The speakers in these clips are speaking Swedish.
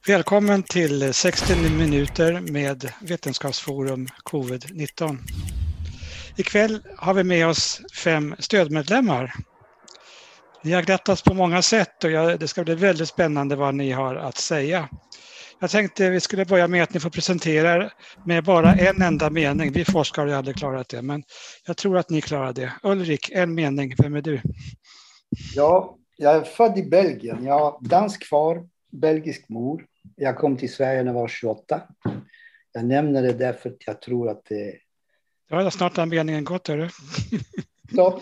Välkommen till 60 minuter med Vetenskapsforum Covid-19. Ikväll har vi med oss 5 stödmedlemmar. Ni har glatt oss på många sätt och det ska bli väldigt spännande vad ni har att säga. Jag tänkte vi skulle börja med att ni får presentera med bara en enda mening. Vi forskare har aldrig klarat det, men jag tror att ni klarar det. Ulrik, en mening. Vem är du? Ja, jag är född i Belgien. Jag har dansk far, belgisk mor. Jag kom till Sverige när jag var 28. Jag nämner det därför att jag tror att det... Ja, snart har meningen gått, är det? Så.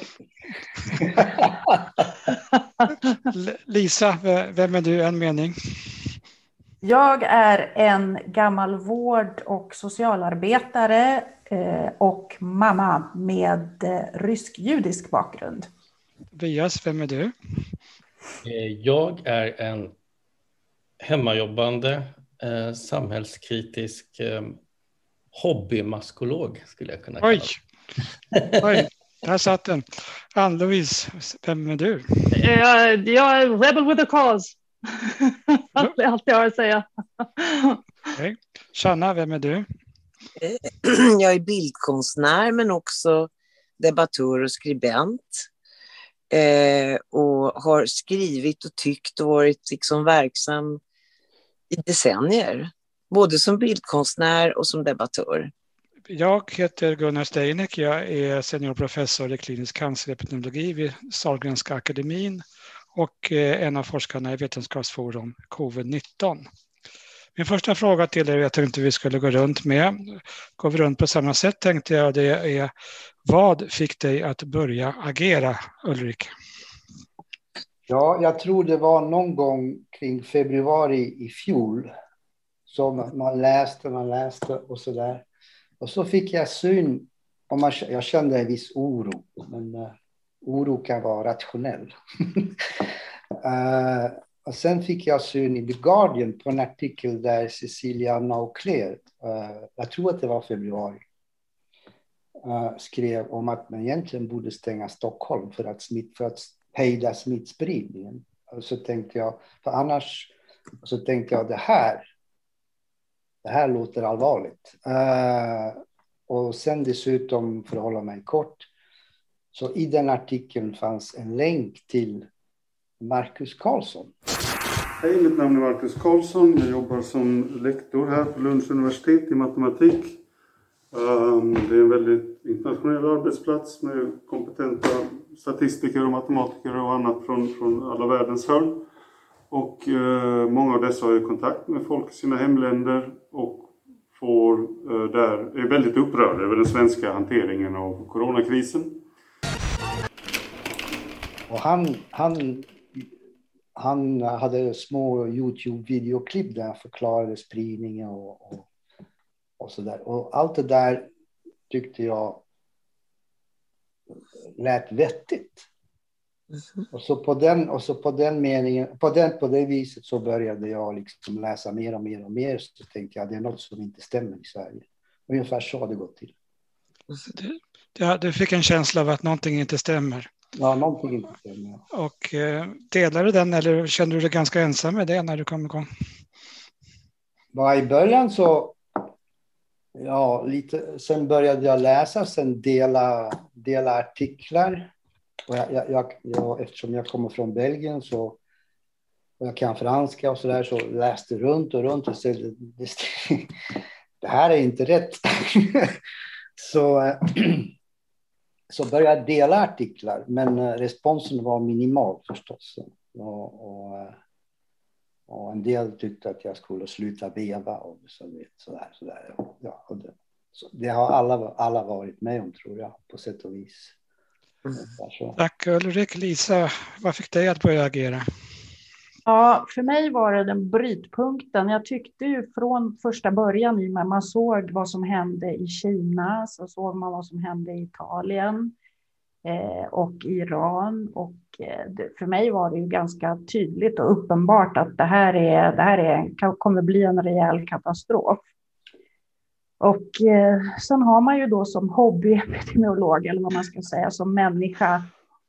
Lisa, vem är du? En mening. Jag är en gammal vård- och socialarbetare och mamma med rysk-judisk bakgrund. Vias, vem är du? Jag är en hemmajobbande, samhällskritisk hobbymaskolog skulle jag kunna kalla det. Oj, där satt den. Ann-Louise, vem är du? Jag är rebel with a cause. Det är allt jag har att säga. Okay. Shanna, vem är du? Jag är bildkonstnär men också debattör och skribent. Och har skrivit och tyckt och varit liksom verksam i decennier. Både som bildkonstnär och som debattör. Jag heter Gunnar Steinek. Jag är seniorprofessor i klinisk cancerepidemiologi vid Sahlgrenska akademin och en av forskarna i Vetenskapsforum Covid-19. Min första fråga till er, jag tänkte vi skulle gå runt med. Går vi runt på samma sätt tänkte jag, det är: vad fick dig att börja agera, Ulrik? Ja, jag tror det var någon gång kring februari i fjol som man läste och sådär. Och så fick jag syn, och jag kände en viss oro, men oro kan vara rationell. Och sen fick jag syn i The Guardian på en artikel där Cecilia Naucler, jag tror att det var februari, skrev om att man egentligen borde stänga Stockholm för att hejda smittspridningen. Och så tänkte jag, det här låter allvarligt. Och sen dessutom, för att hålla mig kort, så i den artikeln fanns en länk till Marcus Karlsson. Hej, mitt namn är Marcus Karlsson. Jag jobbar som lektor här på Lunds universitet i matematik. Det är en väldigt internationell arbetsplats med kompetenta statistiker och matematiker och annat från alla världens hörn. Och många av dessa har kontakt med folk i sina hemländer och är väldigt upprörda över den svenska hanteringen av coronakrisen. Och han hade små YouTube-videoklipp där han förklarade spridningen och sådär. Och allt det där tyckte jag lät vettigt. Och så på det viset så började jag liksom läsa mer och mer. Så tänkte jag, det är något som inte stämmer i Sverige. Ungefär så har det gått till. Du fick en känsla av att någonting inte stämmer. Ja, någonting inte stämmer. Och delade du den eller kände du dig ganska ensam med det när du kom igång? I början så, ja, lite. Sen började jag läsa, sen dela artiklar. Och jag, eftersom jag kommer från Belgien och jag kan franska och sådär, så läste runt och så det här är inte rätt. Så började jag dela artiklar, men responsen var minimal förstås. Och en del tyckte att jag skulle sluta veva och sådär. Ja, det har alla varit med om, tror jag, på sätt och vis. Tack Ulrik. Lisa, vad fick dig att börja agera? Ja, för mig var det den brytpunkten. Jag tyckte ju från första början, när man såg vad som hände i Kina, så såg man vad som hände i Italien och Iran. Och för mig var det ju ganska tydligt och uppenbart att det här kommer bli en rejäl katastrof. Och sen har man ju då som hobbyepidemiolog, eller vad man ska säga, som människa,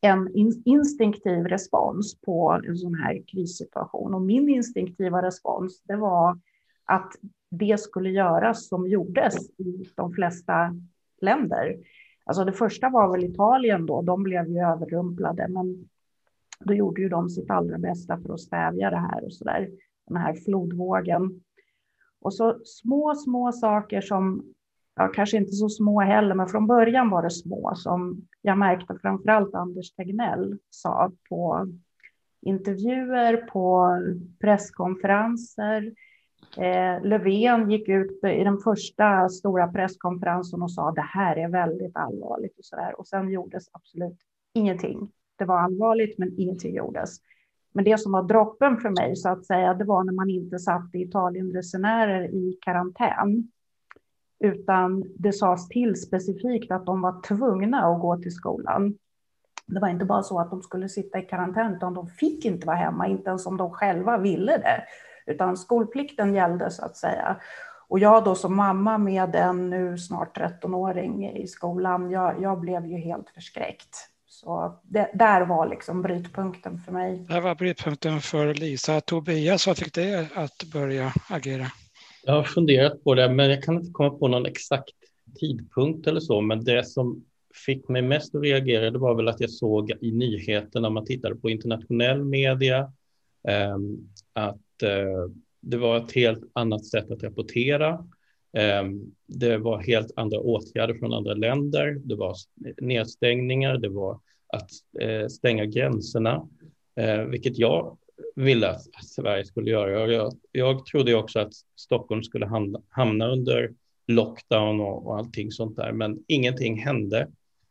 en instinktiv respons på en sån här krissituation. Och min instinktiva respons, det var att det skulle göras som gjordes i de flesta länder. Alltså det första var väl Italien då, de blev ju överrumplade, men då gjorde ju de sitt allra bästa för att stävja det här och så där, den här flodvågen. Och så små saker som, ja, kanske inte så små heller, men från början var det små, som jag märkte framförallt Anders Tegnell sa på intervjuer, på presskonferenser. Löfven gick ut i den första stora presskonferensen och sa det här är väldigt allvarligt och så där. Och sen gjordes absolut ingenting. Det var allvarligt, men ingenting gjordes. Men det som var droppen för mig, så att säga, det var när man inte satte Italienresenärer i karantän. Utan det sades till specifikt att de var tvungna att gå till skolan. Det var inte bara så att de skulle sitta i karantän, utan de fick inte vara hemma, inte ens om de själva ville det. Utan skolplikten gällde, så att säga. Och jag då som mamma med en nu snart 13-åring i skolan, jag blev ju helt förskräckt. Så där var liksom brytpunkten för mig. Det var brytpunkten för Lisa. Tobias, vad fick det att börja agera? Jag har funderat på det, men jag kan inte komma på någon exakt tidpunkt eller så. Men det som fick mig mest att reagera, det var väl att jag såg i nyheterna, när man tittade på internationell media, att det var ett helt annat sätt att rapportera. Det var helt andra åtgärder från andra länder. Det var nedstängningar, det var att stänga gränserna, vilket jag ville att Sverige skulle göra. Jag trodde också att Stockholm skulle hamna under lockdown och allting sånt där, men ingenting hände.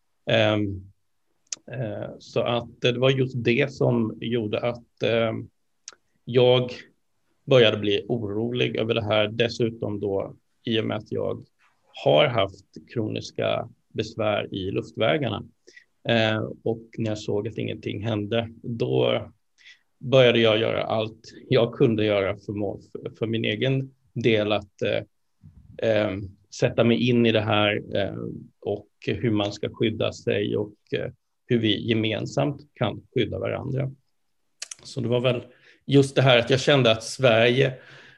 Så att det var just det som gjorde att jag började bli orolig över det här. Dessutom då, i och med att jag har haft kroniska besvär i luftvägarna. Och när jag såg att ingenting hände, då började jag göra allt jag kunde göra för min egen del, att sätta mig in i det här och hur man ska skydda sig och hur vi gemensamt kan skydda varandra. Så det var väl just det här att jag kände att Sverige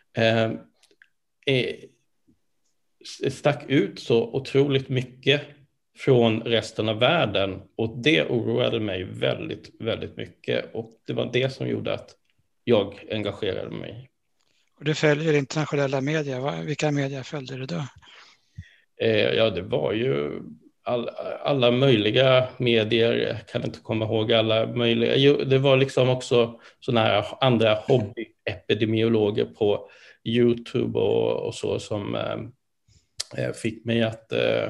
stack ut så otroligt mycket från resten av världen, och det oroade mig väldigt, väldigt mycket, och det var det som gjorde att jag engagerade mig. Och du följer internationella medier. Vilka medier följde du då? Ja, det var ju alla möjliga medier. Jag kan inte komma ihåg alla möjliga. Jo, det var liksom också såna här andra hobbyepidemiologer på YouTube och så som fick mig att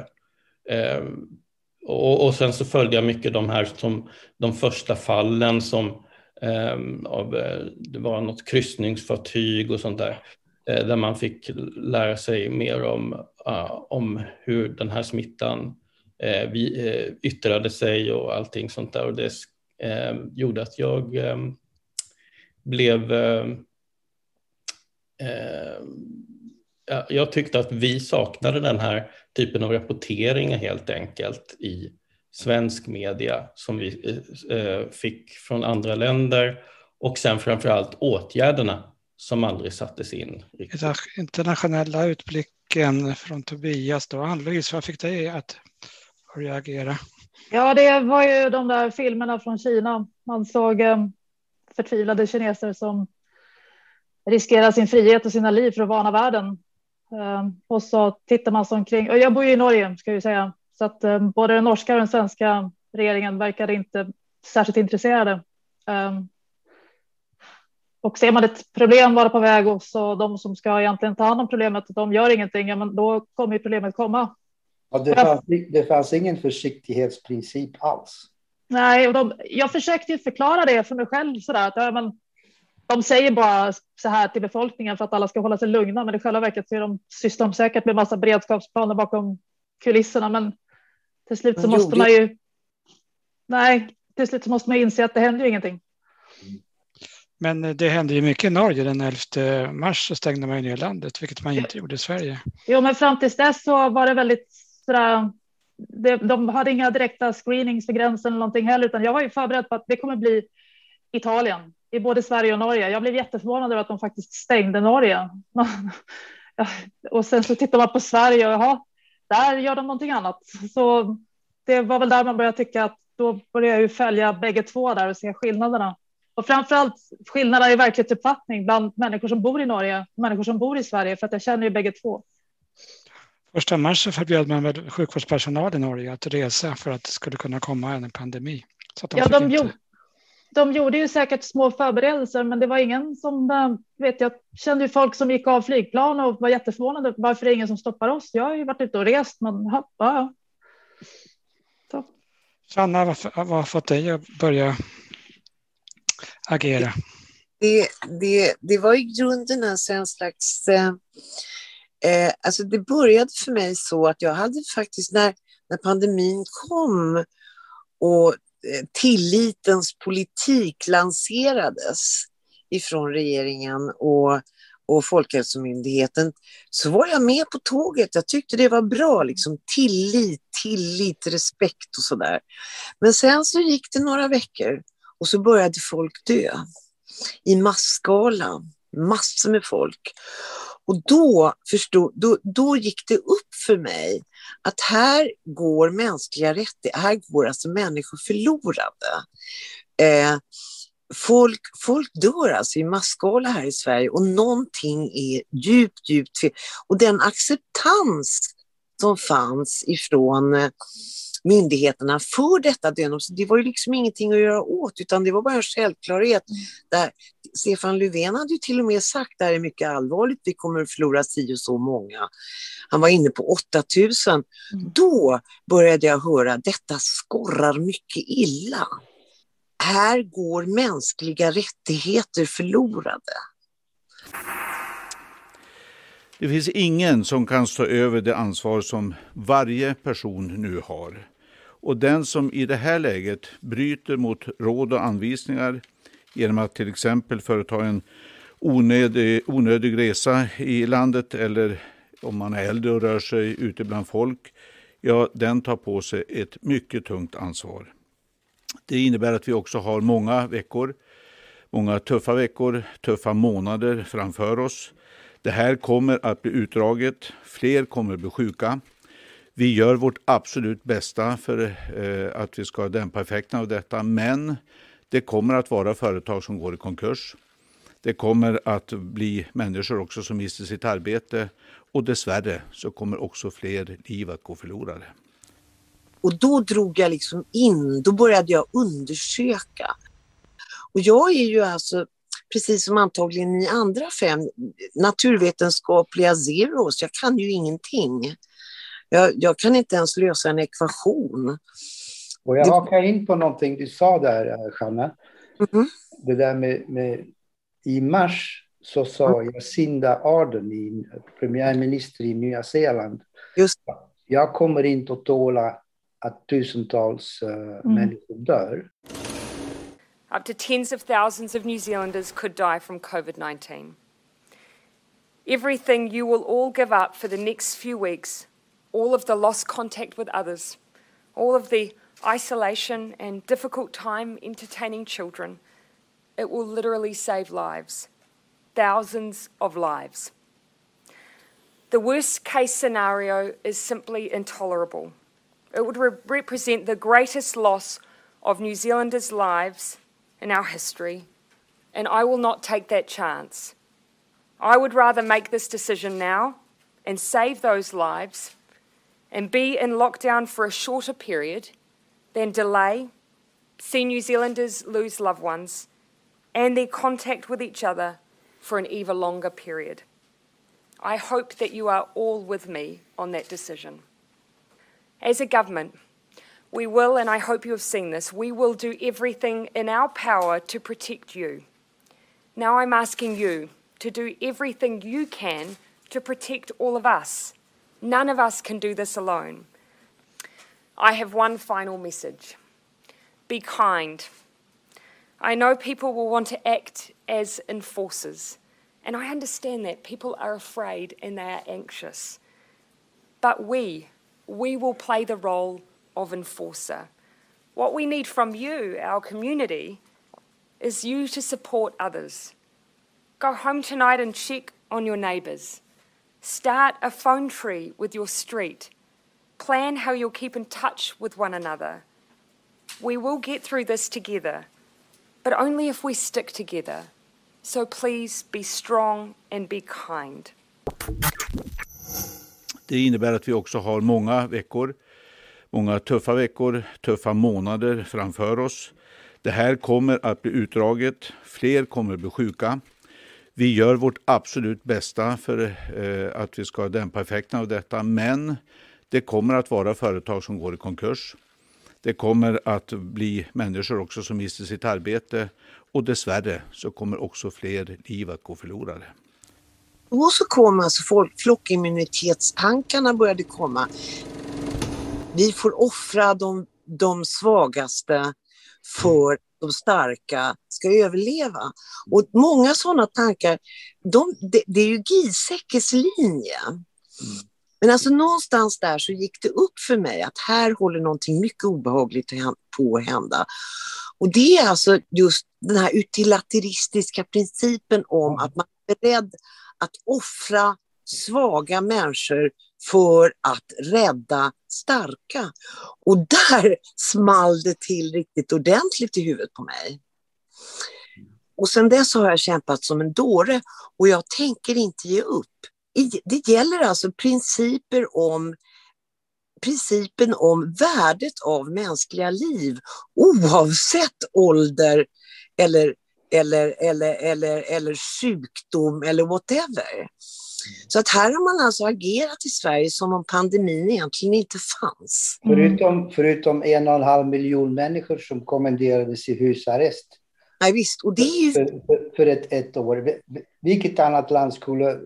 och sen så följde jag mycket de här som de första fallen som det var något kryssningsfartyg och sånt där man fick lära sig mer om hur den här smittan yttrade sig och allting sånt där, och det gjorde att jag blev jag tyckte att vi saknade den här typen av rapporteringar helt enkelt i svensk media som vi fick från andra länder, och sen framförallt åtgärderna som aldrig sattes in. Internationella utblicken från Tobias då. Ann-Louise, vad fick dig att reagera? Ja, det var ju de där filmerna från Kina. Man såg förtvivlade kineser som riskerar sin frihet och sina liv för att varna världen. Och så tittar man sig omkring. Och jag bor ju i Norge, ska jag säga. Så att både den norska och den svenska regeringen verkade inte särskilt intresserade. Och ser man ett problem vara på väg, och så de som ska egentligen ta hand om problemet, de gör ingenting, ja, men då kommer ju problemet komma. Ja, det fanns ingen försiktighetsprincip alls. Nej, och jag försökte ju förklara det för mig själv sådär, att ja, men de säger bara så här till befolkningen för att alla ska hålla sig lugna, men i själva verket så är de systemsäkert med massa beredskapsplaner bakom kulisserna, men till slut så måste man ju till slut så måste man inse att det händer ju ingenting. Men det hände ju mycket i Norge. Den 11 mars så stängde man ju ner landet, vilket man inte gjorde i Sverige. Jo, men fram tills dess så var det väldigt sådär de hade inga direkta screenings för gränsen eller någonting heller, utan jag var ju förberedd på att det kommer bli Italien i både Sverige och Norge. Jag blev jätteförvånad över att de faktiskt stängde Norge. Och sen så tittar man på Sverige och jaha, där gör de någonting annat. Så det var väl där man började tycka att då började jag ju följa bägge två där och se skillnaderna. Och framförallt skillnaderna i verklighetsuppfattning bland människor som bor i Norge och människor som bor i Sverige, för att jag känner ju bägge två. 1 mars så förbjöd man väl sjukvårdspersonal i Norge att resa för att det skulle kunna komma en pandemi. Så att de gjorde ju säkert små förberedelser, men det var ingen som, jag kände ju folk som gick av flygplan och var jätteförvånade. Varför är det ingen som stoppar oss? Jag har ju varit ute och rest, men ja. Så. Sanna, vad har fått dig att börja agera? Det var i grunden en slags... alltså det började för mig så att jag hade faktiskt, när pandemin kom och tillitens politik lanserades ifrån regeringen och Folkhälsomyndigheten, så var jag med på tåget. Jag tyckte det var bra, liksom tillit, respekt och sådär. Men sen så gick det några veckor och så började folk dö i masskala, massor med folk. Och då gick det upp för mig att här går mänskliga rättigheter, här går alltså människor förlorade. Folk dör alltså i masskala här i Sverige, och någonting är djupt fel. Och den acceptans som fanns ifrån myndigheterna för detta död, det var ju liksom ingenting att göra åt, utan det var bara en självklarhet. Där Stefan Löfven hade ju till och med sagt att det här är mycket allvarligt, vi kommer att förlora 10 och så många. Han var inne på 8000. Då började jag höra, detta skorrar mycket illa. Här går mänskliga rättigheter förlorade. Det finns ingen som kan stå över det ansvar som varje person nu har. Och den som i det här läget bryter mot råd och anvisningar genom att till exempel företa en onödig resa i landet, eller om man är äldre och rör sig ute bland folk, ja, den tar på sig ett mycket tungt ansvar. Det innebär att vi också har många tuffa veckor, tuffa månader framför oss. Det här kommer att bli utdraget, fler kommer att bli sjuka. Vi gör vårt absolut bästa för att vi ska dämpa effekterna av detta, men det kommer att vara företag som går i konkurs. Det kommer att bli människor också som mister sitt arbete, och dessvärre så kommer också fler liv att gå förlorade. Och då drog jag liksom in, då började jag undersöka. Och jag är ju alltså, precis som antagligen ni andra 5, naturvetenskapliga zeros. Jag kan ju ingenting. Jag kan inte ens lösa en ekvation. Och jag hakar in på någonting du sa där, Jeanne. Mm-hmm. Det där med i mars så sa Jacinda Ardern, premiärminister i Nya Zeeland, just jag kommer inte att tåla att tusentals människor dör. Up to tens of thousands of New Zealanders could die from COVID-19. Everything you will all give up for the next few weeks, all of the lost contact with others, all of the isolation and difficult time entertaining children, it will literally save lives. Thousands of lives. The worst case scenario is simply intolerable. It would represent the greatest loss of New Zealanders' lives in our history, and I will not take that chance. I would rather make this decision now and save those lives and be in lockdown for a shorter period than delay, see New Zealanders lose loved ones and their contact with each other for an even longer period. I hope that you are all with me on that decision. As a government, we will, and I hope you have seen this, we will do everything in our power to protect you. Now I'm asking you to do everything you can to protect all of us. None of us can do this alone. I have one final message. Be kind. I know people will want to act as enforcers, and I understand that. People are afraid and they are anxious. But we, we will play the role of enforcer. What we need from you, our community, is you to support others. Go home tonight and check on your neighbours. Start a phone tree with your street. Plan how you'll keep in touch with one another. We will get through this together, but only if we stick together. So please be strong and be kind. Det innebär att vi också har många tuffa veckor, tuffa månader framför oss. Det här kommer att bli utdraget, fler kommer att bli sjuka. Vi gör vårt absolut bästa för att vi ska dämpa effekterna av detta, men det kommer att vara företag som går i konkurs. Det kommer att bli människor också som mister sitt arbete, och dessvärre så kommer också fler liv att gå förlorade. Och så kom alltså flockimmunitetstankarna började komma. Vi får offra de svagaste för de starka ska överleva. Och många sådana tankar, det är ju Gieseckes linje. Men alltså någonstans där så gick det upp för mig att här håller någonting mycket obehagligt på att hända. Och det är alltså just den här utilitaristiska principen om att man är beredd att offra svaga människor för att rädda starka. Och där small det till riktigt ordentligt i huvudet på mig. Och sen dess har jag kämpat som en dåre, och jag tänker inte ge upp. Det gäller alltså principen om värdet av mänskliga liv oavsett ålder eller sjukdom eller whatever. Så att här har man alltså agerat i Sverige som om pandemin egentligen inte fanns. Förutom 1,5 miljon människor som kommenderades i husarrest. Nej, visst, och det är ju... för ett år. Vilket annat land skulle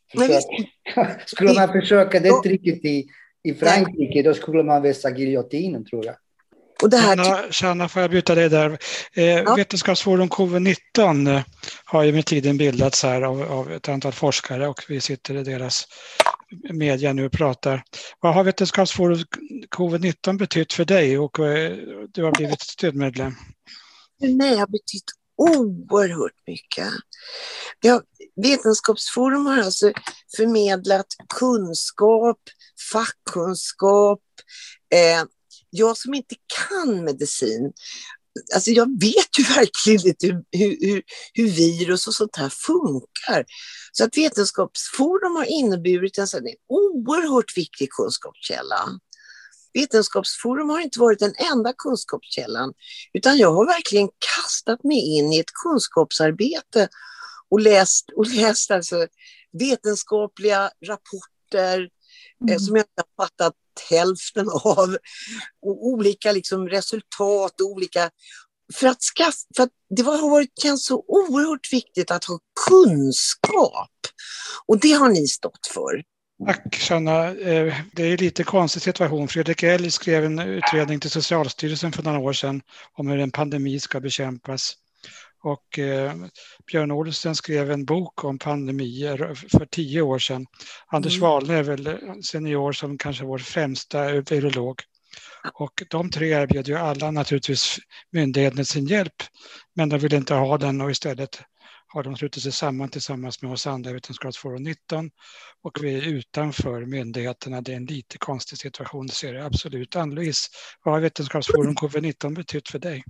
man försöka det tricket i Frankrike, då skulle man vässa giljotinen, tror jag. Och det här Shanna, får jag byta dig där? Vetenskapsforum COVID-19 har ju med tiden bildats här av ett antal forskare, och vi sitter i deras media nu och pratar. Vad har Vetenskapsforum COVID-19 betytt för dig, och du har blivit stödmedlem? För mig har betytt oerhört mycket. Vetenskapsforum har alltså förmedlat kunskap, fackkunskap. Jag som inte kan medicin, alltså jag vet ju verkligen inte hur virus och sånt här funkar. Så att Vetenskapsforum har inneburit en oerhört viktig kunskapskälla. Vetenskapsforum har inte varit den enda kunskapskällan, utan jag har verkligen kastat mig in i ett kunskapsarbete och läst alltså vetenskapliga rapporter som jag inte har fattat hälften av, och olika liksom resultat och olika för att det känns så oerhört viktigt att ha kunskap, och det har ni stått för. Tack, Shanna. Det är lite konstig situation. Fredrik Elg skrev en utredning till Socialstyrelsen för några år sedan om hur en pandemi ska bekämpas. Och Björn Olsen skrev en bok om pandemier för 10 år sedan. Anders Wahlne är väl senior som kanske vår främsta virolog. Och de 3 erbjöd ju alla naturligtvis myndigheten sin hjälp, men de vill inte ha den, och istället har de slutit sig samman tillsammans med oss andra i Vetenskapsforum 19, och vi är utanför myndigheterna. Det är en lite konstig situation, det ser jag absolut. Ann-Louise, vad har Vetenskapsforum COVID-19 betytt för dig?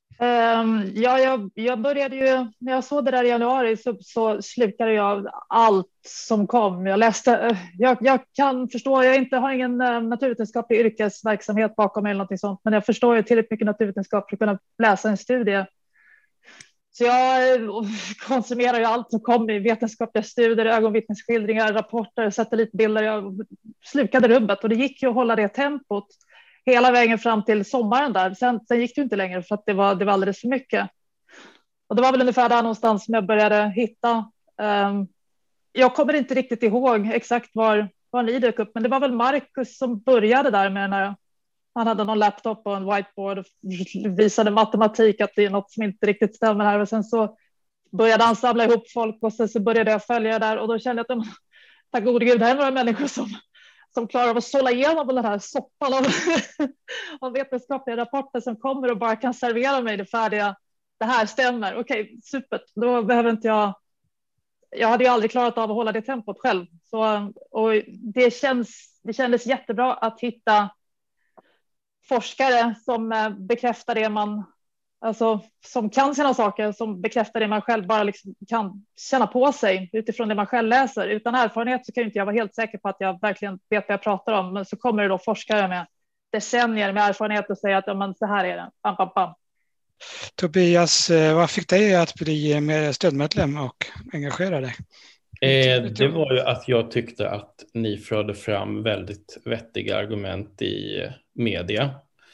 Jag började ju, när jag såg det där i januari så slukade jag allt som kom. Jag läste, jag kan förstå, jag har ingen naturvetenskaplig yrkesverksamhet bakom eller något sånt, men jag förstår ju tillräckligt mycket naturvetenskap för att kunna läsa en studie. Så jag konsumerar ju allt som kom i vetenskapliga studier, ögonvittnesskildringar, rapporter, satellitbilder. Jag slukade rubbet, och det gick ju att hålla det tempot hela vägen fram till sommaren där. Sen gick det inte längre för att det var alldeles för mycket. Och det var väl ungefär där någonstans som jag började hitta. Jag kommer inte riktigt ihåg exakt var ni dök upp, men det var väl Marcus som började där med den här. Han hade någon laptop och en whiteboard och visade matematik att det är något som inte riktigt stämmer här. Och sen så började han samla ihop folk, och sen så började jag följa där, och då kände jag att tack gode gud, det här är några människor som som klarar av att sålla igenom den här soppan av, av vetenskapliga rapporter som kommer och bara kan servera mig det färdiga. Det här stämmer. Okej, super. Då behöver inte jag hade ju aldrig klarat av att hålla det tempot själv. Så, och det kändes jättebra att hitta forskare som bekräftar det man, alltså som kan sina saker, som bekräftar det man själv bara liksom kan känna på sig utifrån det man själv läser. Utan erfarenhet så kan inte jag vara helt säker på att jag verkligen vet vad jag pratar om. Men så kommer det då forskare med decennier med erfarenhet och säger att ja, men så här är det. Bam, bam, bam. Tobias, vad fick dig att bli mer stödmedlem och engagera dig? Det var ju att jag tyckte att ni förde fram väldigt vettiga argument i media.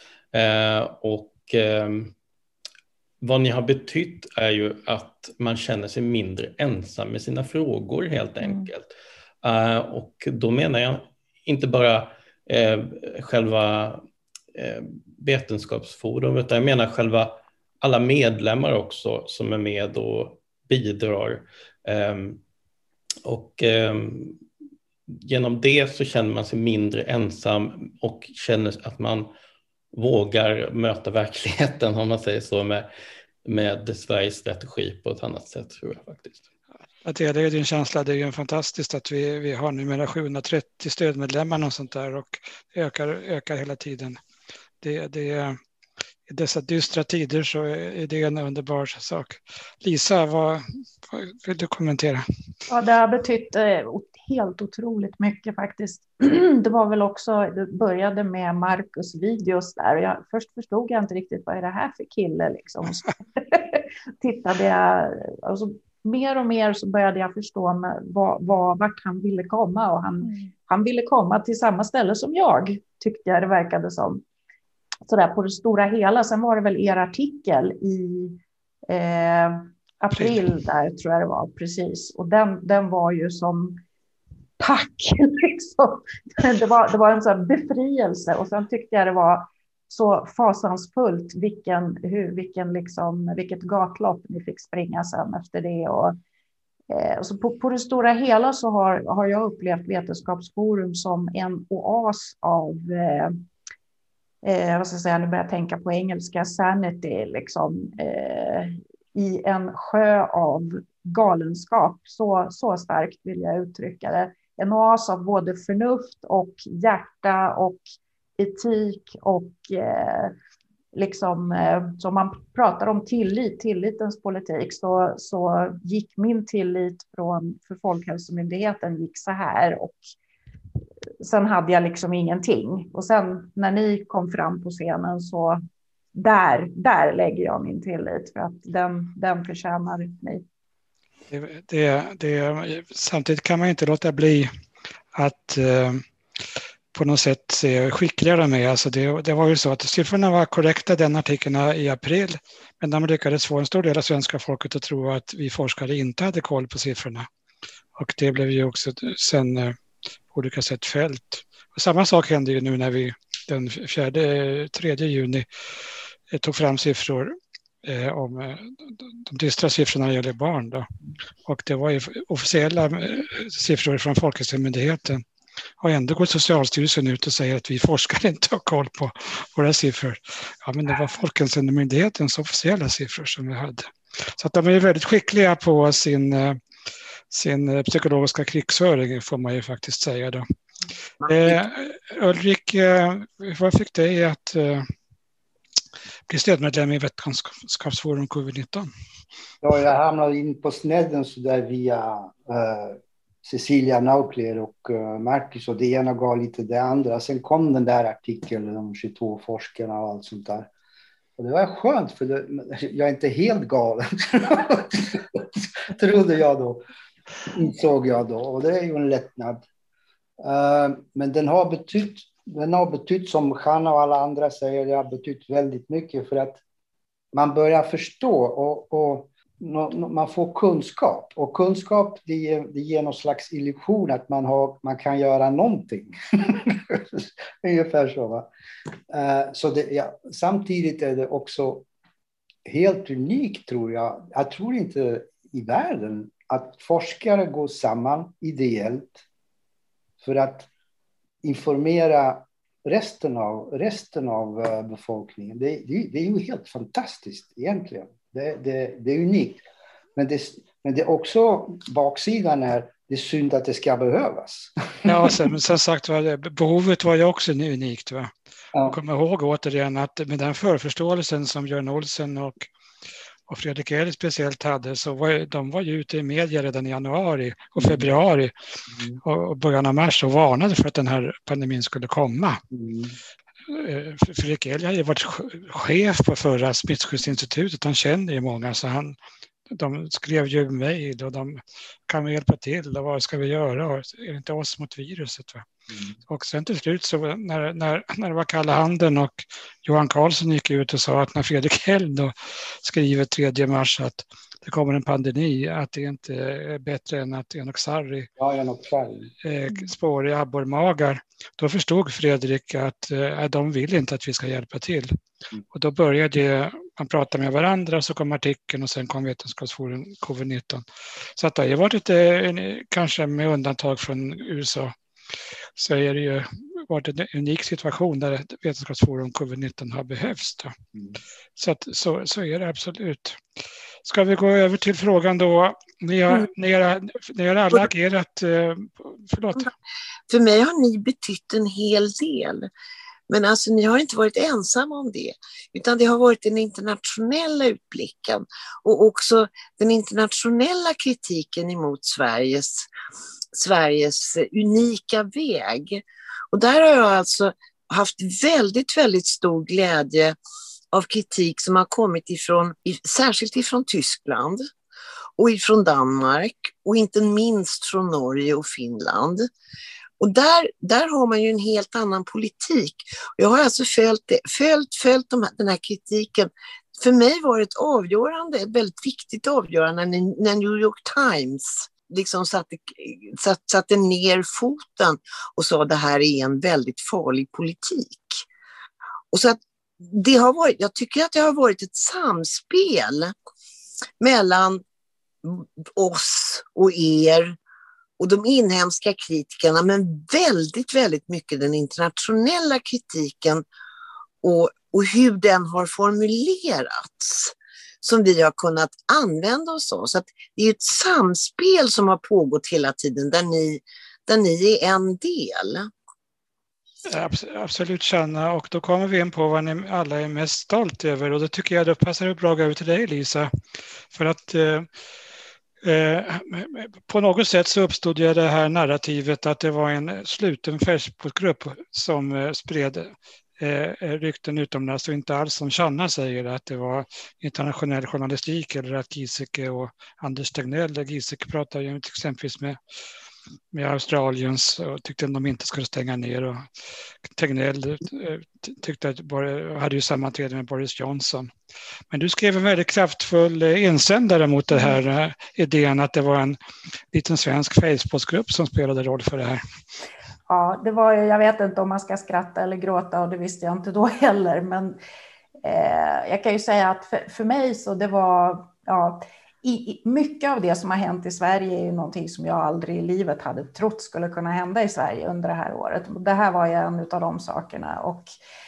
Vad ni har betytt är ju att man känner sig mindre ensam med sina frågor helt enkelt. Och då menar jag inte bara själva vetenskapsforum, utan jag menar själva alla medlemmar också som är med och bidrar. Genom det så känner man sig mindre ensam och känner att man vågar möta verkligheten, om man säger så, med Sveriges strategi på ett annat sätt, tror jag faktiskt. Det är din känsla. Det är ju fantastiskt att vi har numera 730 stödmedlemmar och sånt där, och ökar hela tiden. I dessa dystra tider så är det en underbar sak. Lisa, vad vill du kommentera? Ja, det har betytt helt otroligt mycket faktiskt. Det var väl också, det började med Marcus videos där. Först förstod jag inte riktigt vad är det här för kille liksom. Så tittade jag, alltså, mer och mer så började jag förstå vart han ville komma, och han ville komma till samma ställe som jag, tyckte jag det verkade som. Så där på det stora hela. Sen var det väl er artikel i april där, tror jag det var, precis. Och den var ju som tack liksom. Det var en sån befrielse, och sen tyckte jag det var så fasansfullt vilket gatlopp ni fick springa sen efter det. Och så på det stora hela så har jag upplevt Vetenskapsforum som en oas av vad ska jag säga, nu börjar jag tänka på engelska, sanity liksom, i en sjö av galenskap, så starkt vill jag uttrycka det. En oas av både förnuft och hjärta och etik och liksom, som man pratar om tillitens politik, så gick min tillit för Folkhälsomyndigheten gick så här, och sen hade jag liksom ingenting. Och sen när ni kom fram på scenen, så där lägger jag min tillit, för att den förtjänar ni. Samtidigt kan man inte låta bli att på något sätt se skickligare med. Alltså det var ju så att siffrorna var korrekta, den artikeln i april, men de lyckades få en stor del av svenska folket att tro att vi forskare inte hade koll på siffrorna. Och det blev ju också sen på olika sätt fällt. Och samma sak hände ju nu när vi den 3 juni tog fram siffror om de dystra siffrorna när det gäller barn då. Och det var ju officiella siffror från Folkhälsomyndigheten. Och ändå går Socialstyrelsen ut och säger att vi forskare inte har koll på våra siffror. Ja, men det var Folkhälsomyndighetens officiella siffror som vi hade. Så att de är väldigt skickliga på sin psykologiska krigsföring, får man ju faktiskt säga då. Ulrik, vad fick dig att bli stödmedlem i Vetenskapsforum Covid-19? Ja, jag hamnade in på snedden så där via Cecilia Naukler och Marcus, och det ena gav lite det andra. Sen kom den där artikeln, de 22 forskarna och allt sånt där. Och det var skönt, för jag är inte helt galen, trodde jag då. Insåg jag då, och det är ju en lättnad. Men den har betytt, som Hanna och alla andra säger, det har betytt väldigt mycket, för att man börjar förstå och man får kunskap. Och kunskap, det ger någon slags illusion att man kan göra någonting. Ungefär så, va? Så samtidigt är det också helt unikt, tror jag. Jag tror inte i världen att forskare går samman ideellt för att informera resten av befolkningen. Det är ju helt fantastiskt egentligen. Det är unikt. Men det är också baksidan det är synd att det ska behövas. Ja, sen sagt behovet var ju också unikt. Va? Ja. Och kom ihåg återigen att med den förförståelsen som Björn Olsen och Fredrik Ehler speciellt hade, så de var ju ute i media redan i januari och februari och början av mars och varnade för att den här pandemin skulle komma. Fredrik Ehler har ju varit chef på förra Smittskyddsinstitutet, han känner ju många, så de skrev ju mejl och de kan vi hjälpa till och vad ska vi göra? Och är det inte oss mot viruset? Va? Och sen till slut så när det var kalla handen och Johan Carlsson gick ut och sa att när Fredrik Hell då skriver 3 mars att det kommer en pandemi, att det inte är bättre än att Enoch Sarri spår i abborrmagar, då förstod Fredrik att de vill inte att vi ska hjälpa till. Och då började man prata med varandra, så kom artikeln och sen kom Vetenskapsforum covid-19. Så att det har varit kanske med undantag från USA, så är det ju varit en unik situation där Vetenskapsforum covid-19 har behövts. Då. Så är det absolut. Ska vi gå över till frågan då? Ni har alla agerat... Förlåt. För mig har ni betytt en hel del. Men alltså, ni har inte varit ensamma om det, utan det har varit den internationella utblicken och också den internationella kritiken emot Sveriges unika väg. Och där har jag alltså haft väldigt, väldigt stor glädje av kritik som har kommit särskilt ifrån Tyskland och ifrån Danmark och inte minst från Norge och Finland. Och där har man ju en helt annan politik. Jag har alltså följt den här kritiken. För mig var det ett väldigt viktigt avgörande när New York Times liksom satte ner foten och sa att det här är en väldigt farlig politik. Och så att jag tycker att det har varit ett samspel mellan oss och er och de inhemska kritikerna, men väldigt, väldigt mycket den internationella kritiken och hur den har formulerats som vi har kunnat använda oss av. Så att det är ett samspel som har pågått hela tiden där ni är en del. Absolut, Sanna, och då kommer vi in på vad ni alla är mest stolt över, och då tycker jag det passar bra över till dig, Lisa, för att på något sätt så uppstod ju det här narrativet att det var en sluten Facebookgrupp som spred rykten utomlands och inte alls som Sanna säger att det var internationell journalistik eller att Giesecke och Anders Tegnell, Giesecke pratade ju exempelvis med Australiens och tyckte att de inte skulle stänga ner, och Tegnell tyckte att hade ju sammanträde med Boris Johnson. Men du skrev en väldigt kraftfull insändare mot det här idén att det var en liten svensk Facebookgrupp som spelade roll för det här. Ja, det var ju, jag vet inte om man ska skratta eller gråta, och det visste jag inte då heller, men jag kan ju säga att för mig så det var, mycket av det som har hänt i Sverige är ju någonting som jag aldrig i livet hade trott skulle kunna hända i Sverige under det här året. Det här var ju en av de sakerna, och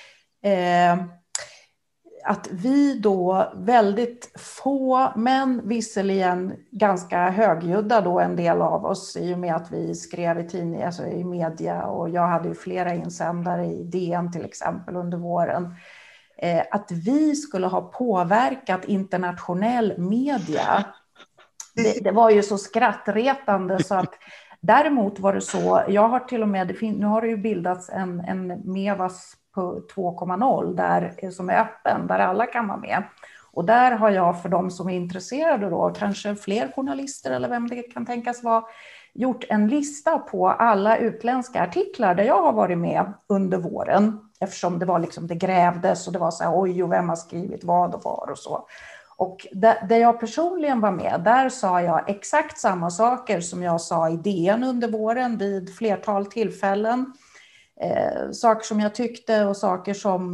att vi då väldigt få, men visserligen ganska högljudda då en del av oss, i och med att vi skrev i tidning, alltså i media, och jag hade ju flera insändare i DN till exempel under våren, att vi skulle ha påverkat internationell media. Det var ju så skrattretande så att däremot var det så, jag har till och med, nu har det ju bildats en Mevas på 2.0 där, som är öppen, där alla kan vara med. Och där har jag, för de som är intresserade då, kanske fler journalister eller vem det kan tänkas vara, gjort en lista på alla utländska artiklar där jag har varit med under våren. Eftersom det var liksom, det grävdes och det var så här, oj, och vem har skrivit vad och var och så. Och där jag personligen var med, där sa jag exakt samma saker som jag sa i DN under våren vid flertal tillfällen. Saker som jag tyckte och saker som,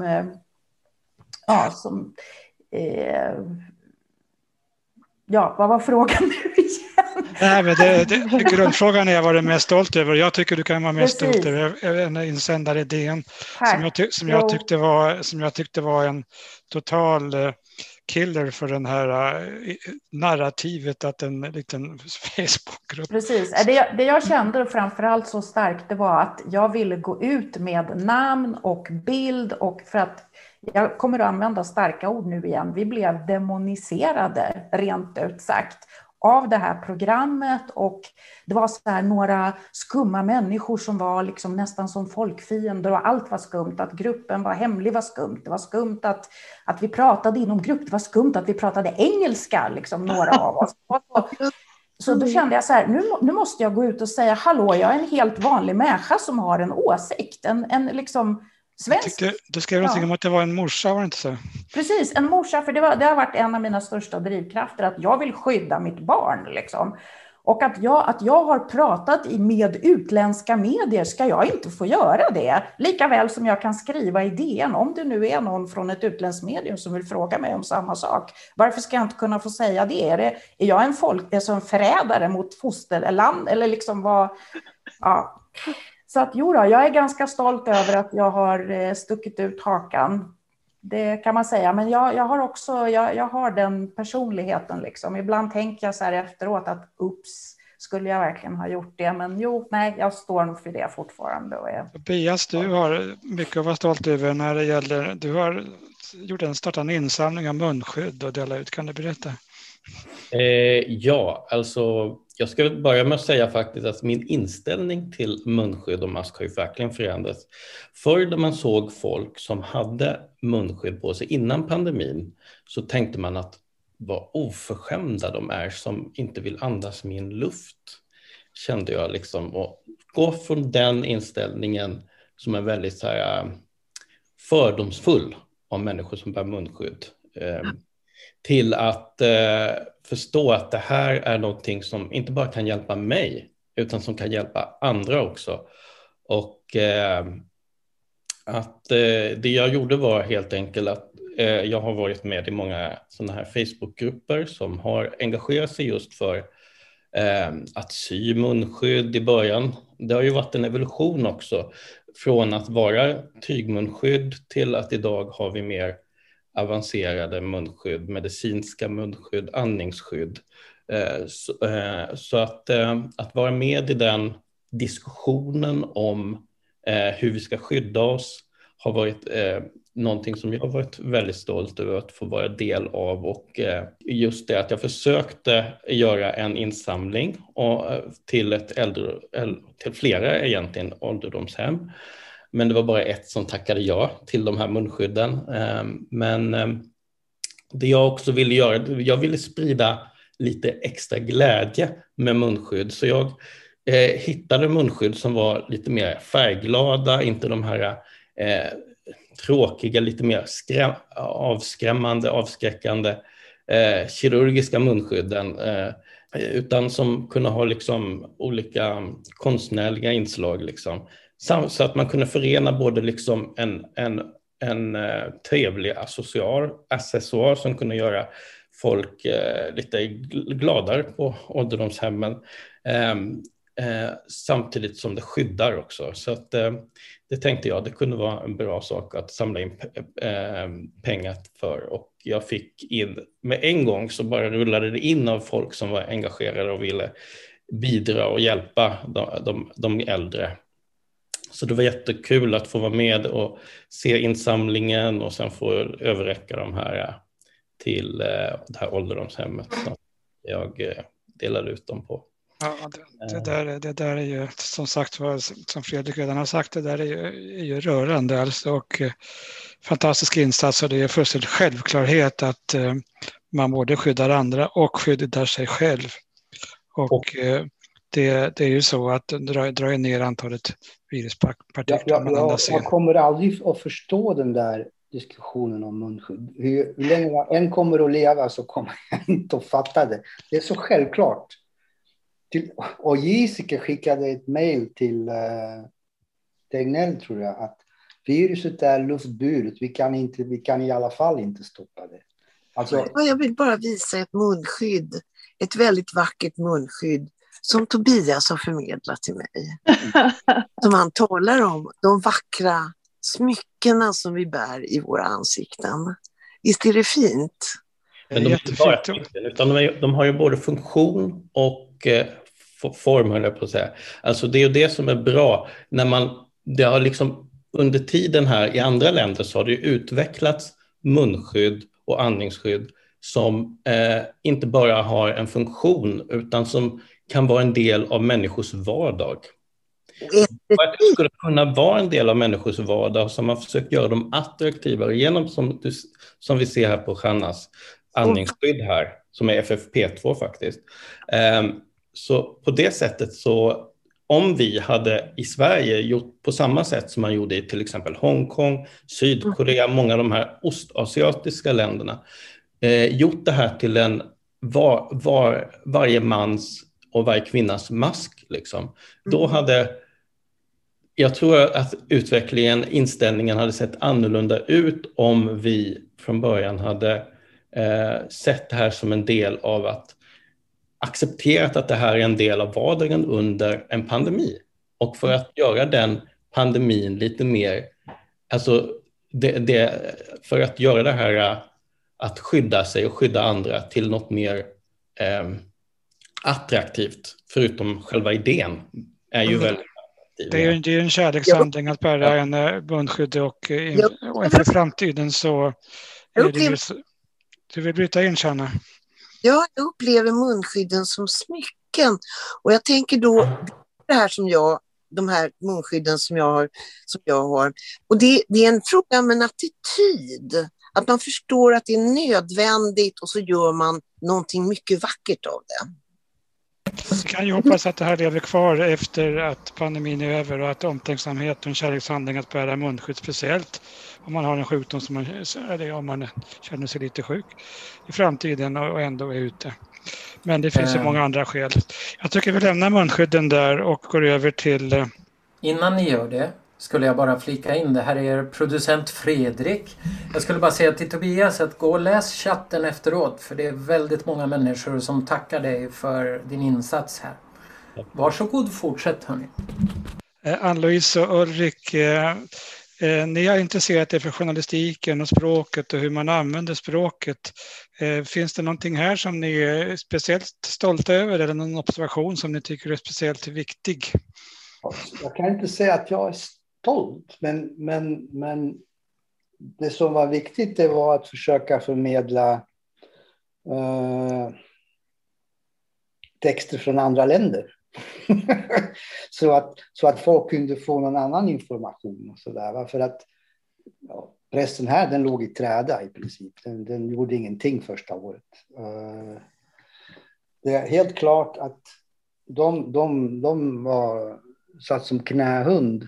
vad var frågan nu igen? Nej, men grundfrågan är vad du är mest stolt över. Jag tycker du kan vara mest stolt över en insändaridén som jag tyckte var en total killer för den här narrativet att en liten Facebookgrupp. Precis. Det jag kände framförallt så starkt, det var att jag ville gå ut med namn och bild, och för att jag kommer att använda starka ord nu igen. Vi blev demoniserade, rent ut sagt, av det här programmet, och det var så här några skumma människor som var liksom nästan som folkfiender, och allt var skumt. Att gruppen var hemlig var skumt. Det var skumt att vi pratade inom grupp. Det var skumt att vi pratade engelska, liksom några av oss. Så då kände jag så här, nu måste jag gå ut och säga, hallå, jag är en helt vanlig människa som har en åsikt. En liksom svensk. Du skrev någonting om att det var en morsa, var det inte så? Precis, en morsa, för det har varit en av mina största drivkrafter, att jag vill skydda mitt barn. Liksom. Och att jag har pratat med utländska medier, ska jag inte få göra det? Lika väl som jag kan skriva i DN, om det nu är någon från ett utländskt medium som vill fråga mig om samma sak. Varför ska jag inte kunna få säga det? Är jag en förrädare mot fosterland? Eller liksom vad... Ja. Så att jag är ganska stolt över att jag har stuckit ut hakan. Det kan man säga. Men jag har också jag har den personligheten. Liksom. Ibland tänker jag så här efteråt att ups, skulle jag verkligen ha gjort det? Men jag står nog för det fortfarande. Bias, du har mycket att vara stolt över när det gäller... Du har startat en insamling av munskydd och delat ut. Kan du berätta? Ja, alltså jag ska börja med att säga faktiskt att min inställning till munskydd och mask har ju verkligen förändrats. Förr när man såg folk som hade munskydd på sig innan pandemin, så tänkte man att vad oförskämda de är som inte vill andas min luft, kände jag liksom. Och gå från den inställningen som är väldigt så här, fördomsfull om människor som bär munskydd, till att förstå att det här är någonting som inte bara kan hjälpa mig, utan som kan hjälpa andra också. Och det jag gjorde var helt enkelt att jag har varit med i många sådana här Facebookgrupper som har engagerat sig just för att sy munskydd i början. Det har ju varit en evolution också, från att vara tygmunskydd till att idag har vi mer avancerade munskydd, medicinska munskydd, andningsskydd. Så att vara med i den diskussionen om hur vi ska skydda oss har varit någonting som jag har varit väldigt stolt över att få vara del av. Och just det att jag försökte göra en insamling till till flera egentligen ålderdomshem. Men det var bara ett som tackade ja till de här munskydden. Men det jag också ville göra, jag ville sprida lite extra glädje med munskydd. Så jag hittade munskydd som var lite mer färgglada, inte de här tråkiga, lite mer avskrämmande, avskräckande kirurgiska munskydden. Utan som kunde ha liksom olika konstnärliga inslag liksom. Så att man kunde förena både liksom en trevlig accessoar som kunde göra folk lite gladare på ålderdomshemmen, samtidigt som det skyddar också. Så att det tänkte jag, det kunde vara en bra sak att samla in pengar för. Och jag fick in, med en gång så bara rullade det in av folk som var engagerade och ville bidra och hjälpa de äldre. Så det var jättekul att få vara med och se insamlingen och sen få överräcka de här till det här ålderdomshemmet som jag delade ut dem på. Ja, det där är ju som sagt, som Fredrik redan har sagt, det där är ju rörande alltså, och fantastisk insats, och det är fullständigt självklarhet att man både skyddar andra och skyddar sig själv. Och det är ju så att dra ner antalet viruspartiklar. Jag kommer aldrig att förstå den där diskussionen om munskydd. Hur länge jag än kommer att leva så kommer jag inte att fatta det. Det är så självklart. Och Jessica skickade ett mejl till Tegnell, tror jag, att viruset är luftburet. Vi kan i alla fall inte stoppa det. Alltså, jag vill bara visa ett munskydd. ett väldigt vackert munskydd som Tobias har förmedlat till mig. Som han talar om, de vackra smyckena som vi bär i våra ansikten. Visst är det fint? Men de är inte bara smycken, utan de har ju både funktion och form, höll jag på att säga. Alltså det är ju det som är bra. Det har liksom, under tiden här i andra länder så har det ju utvecklats munskydd och andningsskydd som inte bara har en funktion utan som kan vara en del av människors vardag. För att det skulle kunna vara en del av människors vardag så har man försökt göra dem attraktivare genom som vi ser här på Shannas andningsskydd här, som är FFP2 faktiskt. Så på det sättet så, om vi hade i Sverige gjort på samma sätt som man gjorde i till exempel Hongkong, Sydkorea, många av de här ostasiatiska länderna, gjort det här till en varje mans och varje kvinnas mask liksom. Då hade, jag tror att inställningen hade sett annorlunda ut om vi från början hade sett det här som en del av att accepterat att det här är en del av vardagen under en pandemi. Och för att göra den pandemin lite mer, alltså för att göra det här att skydda sig och skydda andra till något mer attraktivt, förutom själva idén är ju väldigt attraktiv. Det är ju en kärlekshandling att bära en munskydd och inför framtiden så är det ju, du vill bryta in, Shanna. Ja, jag upplever munskydden som smycken. Och jag tänker då, det här de här munskydden som jag har. Och det är en fråga om en attityd. Att man förstår att det är nödvändigt och så gör man någonting mycket vackert av det. Vi kan ju hoppas att det här lever kvar efter att pandemin är över och att omtänksamhet och en kärlekshandling att bära munskydd, speciellt om man har en sjukdom eller om man känner sig lite sjuk i framtiden och ändå är ute. Men det finns ju många andra skäl. Jag tycker vi lämnar munskydden där och går över till... Innan ni gör det skulle jag bara flika in, det här är producent Fredrik. Jag skulle bara säga till Tobias att gå och läs chatten efteråt, för det är väldigt många människor som tackar dig för din insats här. Varsågod, fortsätt hörni. Ann-Louise och Ulrik, ni har intresserat er för journalistiken och språket och hur man använder språket. Finns det någonting här som ni är speciellt stolta över eller någon observation som ni tycker är speciellt viktig? Jag kan inte säga att jag är stolt, men det som var viktigt det var att försöka förmedla texter från andra länder. så att folk kunde få någon annan information och sådär. För att pressen här, den låg i träda i princip. Den gjorde ingenting första året. Det är helt klart att de var satt som knähund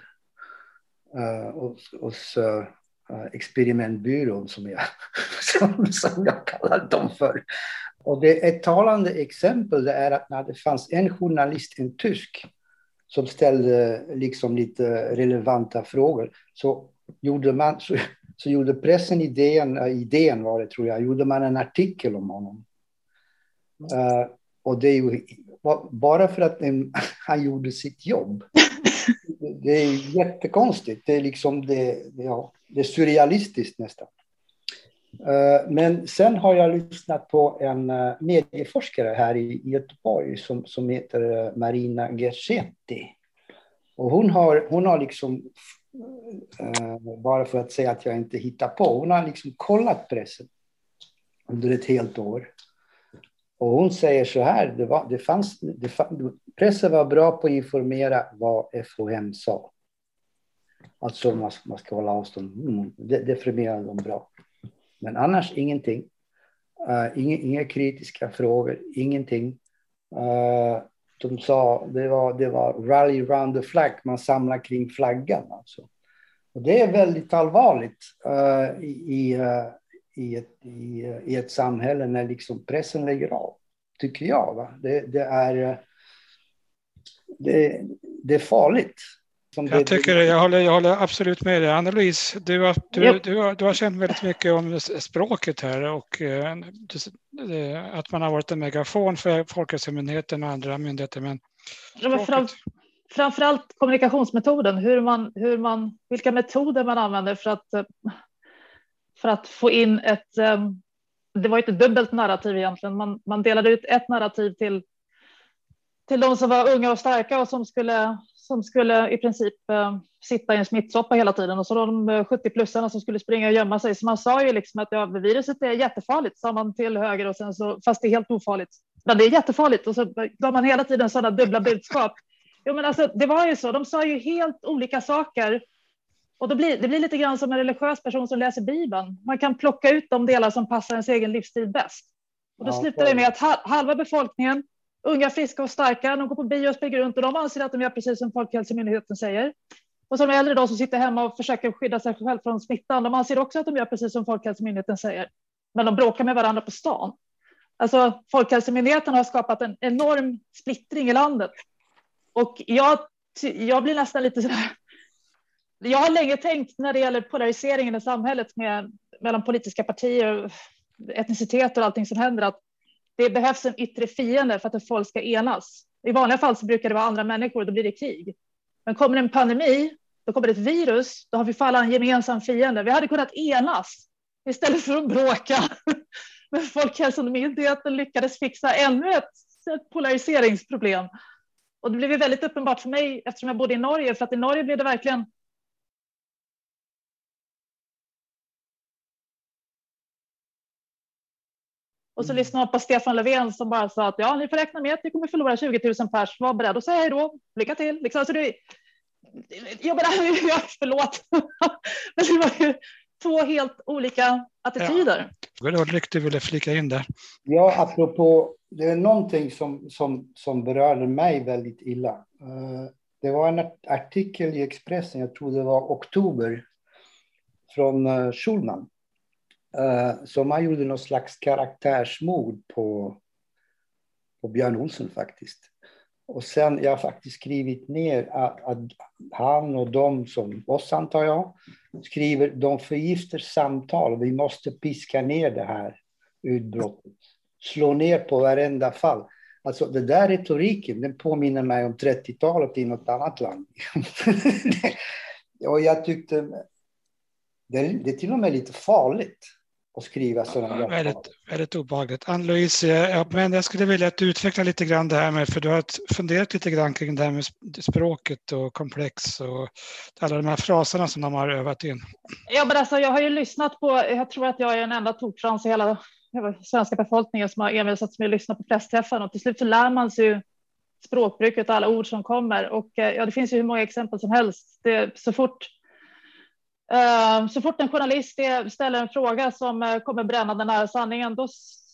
hos experimentbyrån som jag kallar dem för. Och det är ett talande exempel det är att när det fanns en journalist, en tysk, som ställde liksom lite relevanta frågor så gjorde pressen idén var det tror jag, gjorde man en artikel om honom. Och det är ju bara för att han gjorde sitt jobb. Det är jättekonstigt. Det är liksom det är surrealistiskt nästan. Men sen har jag lyssnat på en medieforskare här i Göteborg som heter Marina Gersetti. Och hon har liksom, bara för att säga att jag inte hittar på, hon har liksom kollat pressen under ett helt år. Och hon säger så här, pressen var bra på att informera vad FHM sa. Alltså man ska hålla avstånd. Det förmedlade de bra. Men annars ingenting. Inga kritiska frågor, ingenting. De sa det var rally round the flag, man samlar kring flaggan. Alltså. Och det är väldigt allvarligt i ett samhälle när liksom pressen lägger av, tycker jag. Va? Det är farligt. Jag håller absolut med dig. Anna-Louise, du har känt väldigt mycket om språket här och att man har varit en megafon för Folkhälsomyndigheten och andra myndigheter. Men framförallt kommunikationsmetoden, vilka metoder man använder för att få in det var ju ett dubbelt narrativ egentligen. Man delade ut ett narrativ till de som var unga och starka och som skulle i princip sitta i en smittsoppa hela tiden, och så de 70-plussarna som skulle springa och gömma sig. Så man sa ju liksom att viruset är jättefarligt, sa man till höger, och sen så, fast det är helt ofarligt. Men det är jättefarligt, och så gav man hela tiden sådana dubbla budskap. Jo, men alltså, det var ju så, de sa ju helt olika saker. Och det blir lite grann som en religiös person som läser Bibeln. Man kan plocka ut de delar som passar ens egen livsstil bäst. Och då slutar det med att halva befolkningen, unga, friska och starka, de går på bio och springer runt och de anser att de gör precis som Folkhälsomyndigheten säger. Och som äldre då som sitter hemma och försöker skydda sig själv från smittan, de anser också att de gör precis som Folkhälsomyndigheten säger. Men de bråkar med varandra på stan. Alltså Folkhälsomyndigheten har skapat en enorm splittring i landet. Och jag blir nästan lite sådär. Jag har länge tänkt när det gäller polariseringen i samhället mellan politiska partier, etnicitet och allting som händer, att det behövs en yttre fiende för att folk ska enas. I vanliga fall så brukar det vara andra människor och då blir det krig. Men kommer en pandemi, då kommer det ett virus, då har vi för alla en gemensam fiende. Vi hade kunnat enas istället för att bråka. Men Folkhälsomyndigheten lyckades fixa ännu ett polariseringsproblem. Och det blev väldigt uppenbart för mig eftersom jag bodde i Norge, för att i Norge blev det verkligen. Och så lyssnade man på Stefan Löfven som bara sa att ni får räkna med att vi kommer förlora 20 000 pers. Var beredd att säga hej då. Lycka till. Liksom, alltså förlåt. Men det var ju två helt olika attityder. Ja. Det var riktigt ville flika in där. Ja, apropå, det är någonting som berörde mig väldigt illa. Det var en artikel i Expressen, jag tror det var oktober, från Schulman. Så man gjorde någon slags karaktärsmord på Björn Olsen faktiskt. Och sen jag har faktiskt skrivit ner att han och de som oss, antar jag, skriver de förgifter samtal. Vi måste piska ner det här utbrottet. Slå ner på varenda fall. Alltså det där retoriken, den påminner mig om 30-talet i något annat land. Och jag tyckte det är till och med lite farligt att skriva sådana där. Väldigt obehagligt. Ann-Louise, men jag skulle vilja att du utvecklar lite grann det här med, för du har funderat lite grann kring det här med språket och komplex och alla de här fraserna som de har övat in. Ja, men alltså, jag har ju lyssnat på, jag tror att jag är den enda tokfrans i hela svenska befolkningen som har envisats med att lyssna på pressträffen, och till slut så lär man sig ju språkbruket och alla ord som kommer, och det finns ju hur många exempel som helst. Så fort en journalist ställer en fråga som kommer brännande nära sanningen, då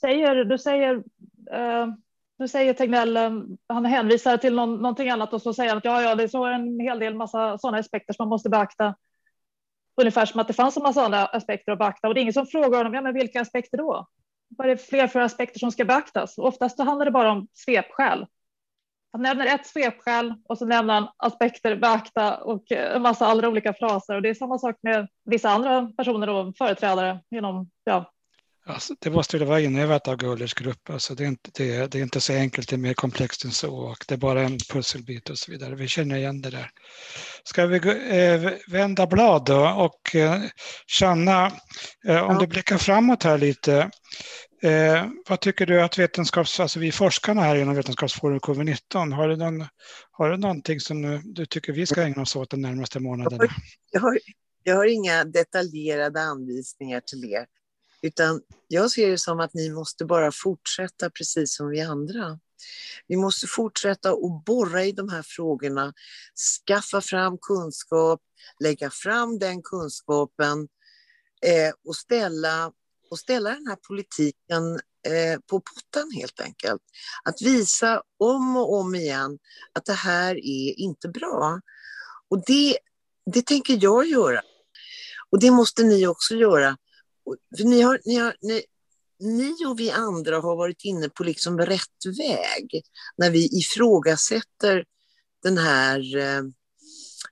säger Tegnell, han hänvisar till någonting annat, och så säger han att det är så en hel del massa sådana aspekter som man måste beakta. Ungefär som att det fanns en massa andra aspekter att beakta, och det är ingen som frågar honom, men vilka aspekter då? Vad är det fler för aspekter som ska beaktas? Och oftast så handlar det bara om svepskäl. Han nämner ett svepskäl och så nämner han aspekter, beakta och en massa andra olika fraser. Och det är samma sak med vissa andra personer och företrädare inom, Alltså, det måste ju vara inövat av Gullers grupp. Alltså, det är inte så enkelt, det är mer komplext än så. Och det är bara en pusselbit och så vidare. Vi känner igen det där. Ska vi vända blad då? Och Shanna, om du blickar framåt här lite. Vad tycker du att alltså vi forskarna här inom Vetenskapsforum COVID-19, har du någonting som du tycker vi ska ägna oss åt de närmaste månaderna? Jag har inga detaljerade anvisningar till er. Utan jag ser det som att ni måste bara fortsätta precis som vi andra. Vi måste fortsätta att borra i de här frågorna, skaffa fram kunskap, lägga fram den kunskapen och ställa den här politiken på pottan helt enkelt. Att visa om och om igen att det här är inte bra. Och det tänker jag göra. Och det måste ni också göra. För ni och vi andra har varit inne på liksom rätt väg när vi ifrågasätter den här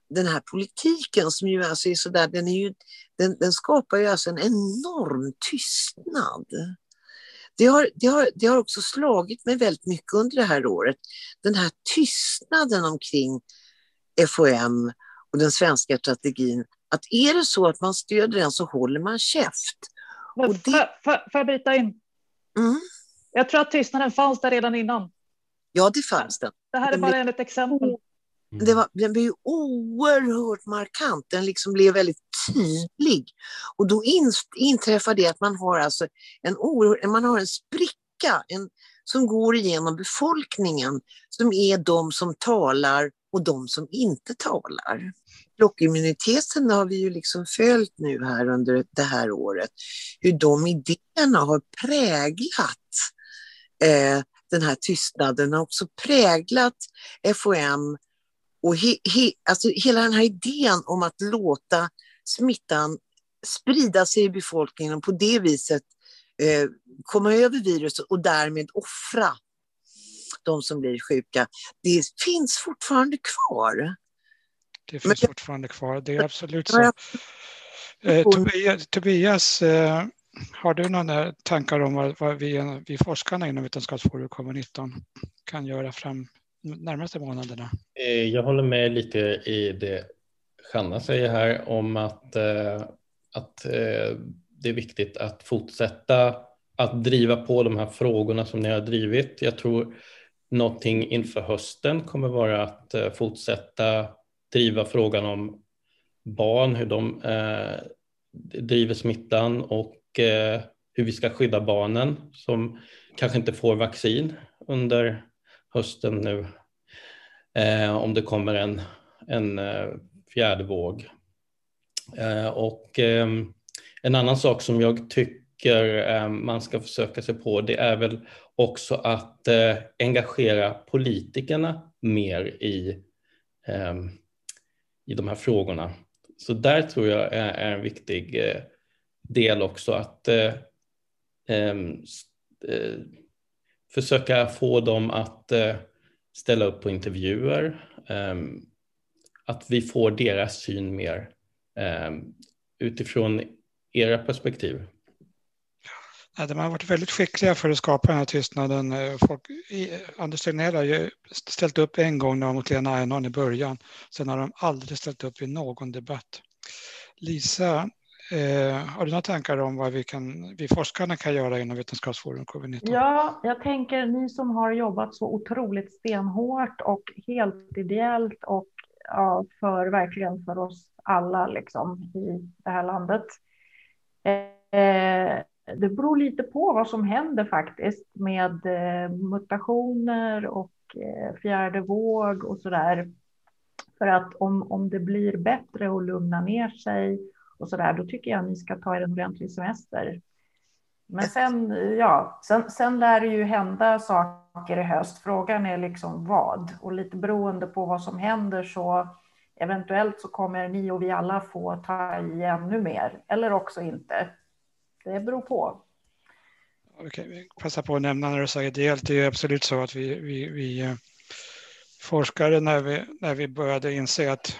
den här politiken som ju alltså är sådär, den skapar ju alltså en enorm tystnad. Det har också slagit mig väldigt mycket under det här året. Den här tystnaden omkring FOM och den svenska strategin. Att är det så att man stöder den så håller man käft. Och Får jag bryta in? Mm. Jag tror att tystnaden fanns där redan innan. Ja, det fanns den. Det här är bara ett exempel. Den blev ju oerhört markant. Den liksom blev väldigt tydlig. Och då inträffar det att man har alltså man har en spricka som går igenom befolkningen. Som är de som talar och de som inte talar. Blockimmuniteten har vi ju liksom följt nu här under det här året. Hur de idéerna har präglat den här tystnaden. Har också präglat FOM. Och alltså hela den här idén om att låta smittan sprida sig i befolkningen och på det viset komma över viruset och därmed offra de som blir sjuka. Det finns fortfarande kvar. Det finns fortfarande kvar, det är absolut så. Tobias, har du några tankar om vad vi forskarna inom Vetenskapsforum COVID-19 kan göra fram närmaste månaderna? Jag håller med lite i det Shanna säger här om att det är viktigt att fortsätta att driva på de här frågorna som ni har drivit. Jag tror någonting inför hösten kommer vara att fortsätta driva frågan om barn, hur de driver smittan och hur vi ska skydda barnen som kanske inte får vaccin under hösten nu, om det kommer en fjärde våg. Och en annan sak som jag tycker man ska försöka sig på, det är väl också att engagera politikerna mer i de här frågorna. Så där tror jag är en viktig del också, att försöka få dem att ställa upp på intervjuer, att vi får deras syn mer utifrån era perspektiv. Ja, de har varit väldigt skickliga för att skapa den här tystnaden. Anders Tegnell har ju ställt upp en gång mot Lena Einhorn i början. Sen har de aldrig ställt upp i någon debatt. Lisa, har du några tankar om vad vi forskarna kan göra inom Vetenskapsforum COVID-19? Ja, jag tänker ni som har jobbat så otroligt stenhårt och helt ideellt och verkligen för oss alla liksom, i det här landet. Det beror lite på vad som händer faktiskt med mutationer och fjärde våg och sådär. För att om det blir bättre och lugna ner sig och sådär, då tycker jag att ni ska ta er en ordentlig semester. Men sen lär det ju hända saker i höst. Frågan är liksom vad. Och lite beroende på vad som händer så eventuellt så kommer ni och vi alla få ta i ännu mer. Eller också inte. Det beror på. Okej, passa på att nämna när du säger ideellt. Det är absolut så att vi forskare när vi började inse att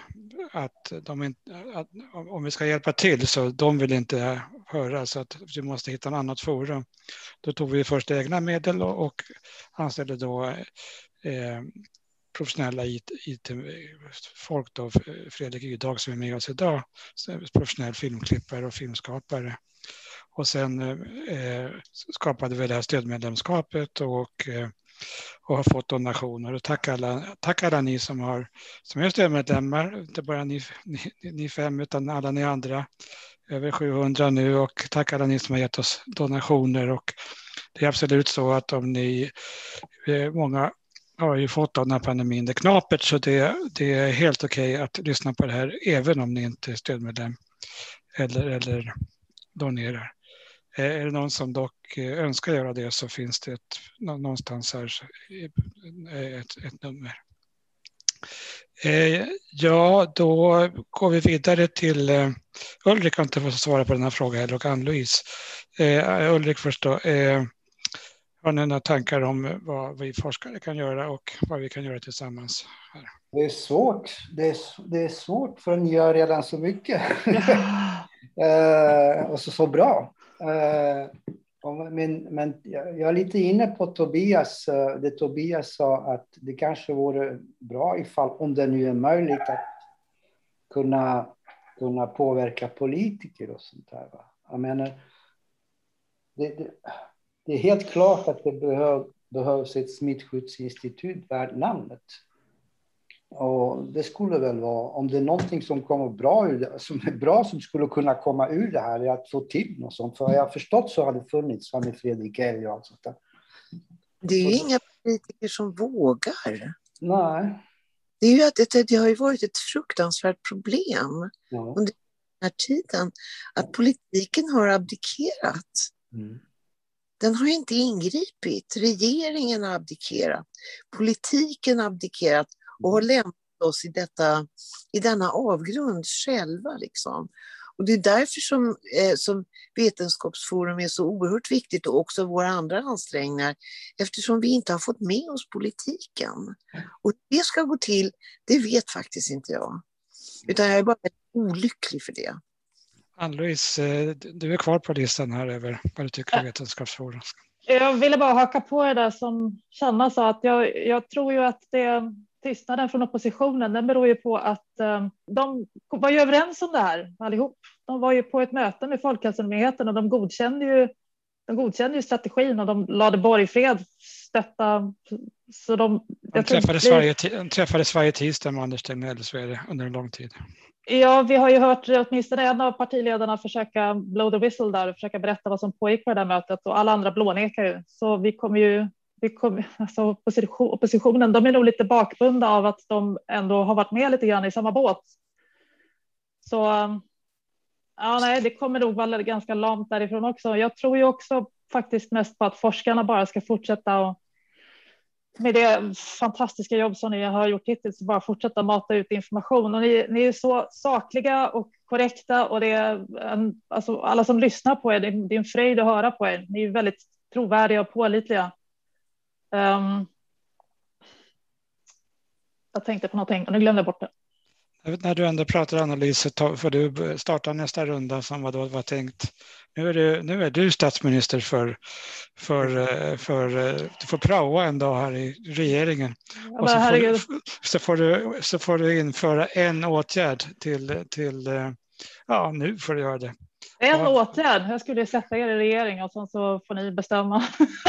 om vi ska hjälpa till så de vill inte höra, så att vi måste hitta ett annat forum. Då tog vi först egna medel och anställde då professionella IT-folk då, Fredrik Ydag som är med oss idag, professionell filmklippare och filmskapare. Och sen skapade vi det här stödmedlemskapet och har fått donationer. Och tack alla ni som är stödmedlemmar, inte bara ni 5 utan alla ni andra, över 700 nu, och tack alla ni som har gett oss donationer. Och det är absolut så att många har ju fått av den här pandemin det knapert, så det är helt okej att lyssna på det här även om ni inte är stödmedlem eller donerar. Är det någon som dock önskar göra det så finns det någonstans här ett nummer. Då går vi vidare till Ulrik kan inte få svara på den här frågan heller, och Ann-Louise. Ulrik först då. Har ni några tankar om vad vi forskare kan göra och vad vi kan göra tillsammans här? Det är svårt. Det är svårt för ni gör redan så mycket. Och så bra. Men jag är lite inne på Tobias. Det Tobias sa att det kanske vore bra om det nu är möjligt att kunna påverka politiker och sånt där. Va? Jag menar, det är helt klart att det behövs ett smittskyddsinstitut värd namnet. Och det skulle väl vara, om det är någonting som kommer bra ur det, som är bra, som skulle kunna komma ur det här, är att få till något sånt. För jag har förstått så har det funnits med Fredrik Elg och allt sånt där. Det är ju inga politiker som vågar. Nej. Det är ju att det har ju varit ett fruktansvärt problem under den här tiden. Att politiken har abdikerat. Den har inte ingripit. Regeringen har abdikerat. Politiken har abdikerat och har lämnat oss i denna avgrund själva. Liksom. Och det är därför som Vetenskapsforum är så oerhört viktigt, och också våra andra ansträngningar, eftersom vi inte har fått med oss politiken. Och det ska gå till, det vet faktiskt inte jag. Utan jag är bara olycklig för det. Ann-Louise, du är kvar på listan här över vad du tycker om Vetenskapsforum. Jag ville bara haka på det där som Shanna sa, att jag tror ju att tystnaden från oppositionen, den beror ju på att de var ju överens om det här allihop. De var ju på ett möte med Folkhälsomyndigheten och de godkände ju strategin, och de lade Borgfred stötta. Så de träffades varje tisdag med Anders Tegnell, så är det under en lång tid. Ja, vi har ju hört åtminstone en av partiledarna försöka blow the whistle där och försöka berätta vad som pågick på det där mötet, och alla andra blånekar ju. Så alltså oppositionen, de är nog lite bakbundna av att de ändå har varit med lite grann i samma båt. Så det kommer nog vara ganska lamt därifrån också. Jag tror ju också faktiskt mest på att forskarna bara ska fortsätta och med det fantastiska jobb som ni har gjort hittills, bara fortsätta mata ut information. Och ni är så sakliga och korrekta, och det är alltså alla som lyssnar på er, det är en fröjd att höra på er. Ni är väldigt trovärdiga och pålitliga. Jag tänkte på någonting och nu glömde jag bort det. När du ändå pratar, Ann-Louise, får du starta nästa runda som var tänkt. Nu är du statsminister för du får praoa en dag här i regeringen. Och så får du införa en åtgärd till nu får du göra det. En åtgärd? Jag skulle sätta er i regering och så får ni bestämma.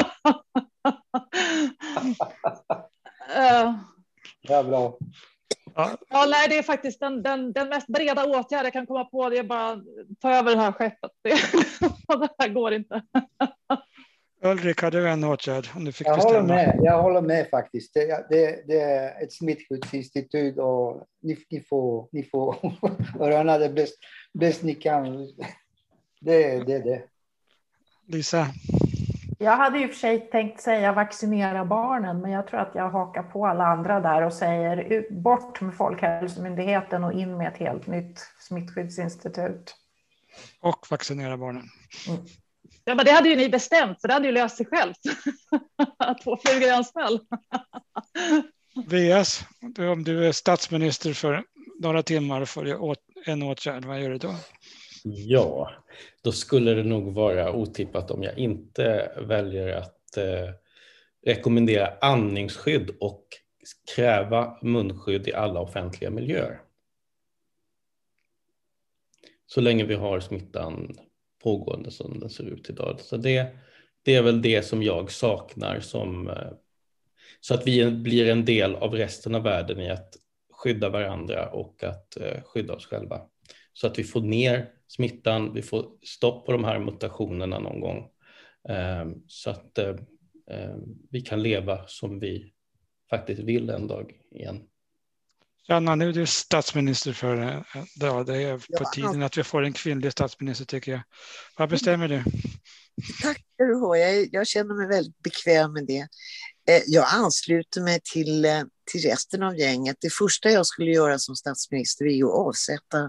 Ja, bra. Ja, nej, det är faktiskt den mest breda åtgärd jag kan komma på. Det är bara ta över det här skeppet. Det här går inte. Ulrik, har du en åtgärd? Om du fick jag håller med faktiskt. Det är ett smittskyddsinstitut, och ni får röna det bäst ni kan. Det är det. Lisa? Jag hade ju för sig tänkt säga vaccinera barnen, men jag tror att jag hakar på alla andra där och säger bort med Folkhälsomyndigheten och in med ett helt nytt smittskyddsinstitut. Och vaccinera barnen. Ja, men det hade ju ni bestämt, så det hade ju löst sig självt. Att få flugor i en smäll. Vias, om du är statsminister för några timmar för en åtgärd, vad gör du då? Ja, då skulle det nog vara otippat om jag inte väljer att rekommendera andningsskydd och kräva munskydd i alla offentliga miljöer. Så länge vi har smittan pågående som den ser ut idag. Så det är väl det som jag saknar, så att vi blir en del av resten av världen i att skydda varandra och att skydda oss själva. Så att vi får ner smittan, vi får stopp på de här mutationerna någon gång. Så att vi kan leva som vi faktiskt vill en dag igen. Janna, nu är du statsminister för det är på tiden att vi får en kvinnlig statsminister, tycker jag. Vad bestämmer du? Tack ska du ha. Jag känner mig väldigt bekväm med det. Jag ansluter mig till resten av gänget. Det första jag skulle göra som statsminister är att avsätta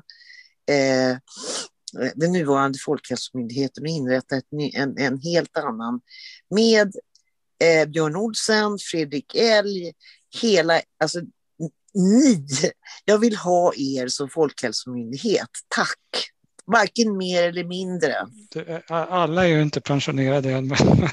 den nuvarande Folkhälsomyndigheten och inrätta en helt annan med Björn Olsen, Fredrik Elg, Jag vill ha er som folkhälsomyndighet. Tack. Varken mer eller mindre. Alla är ju inte pensionerade än.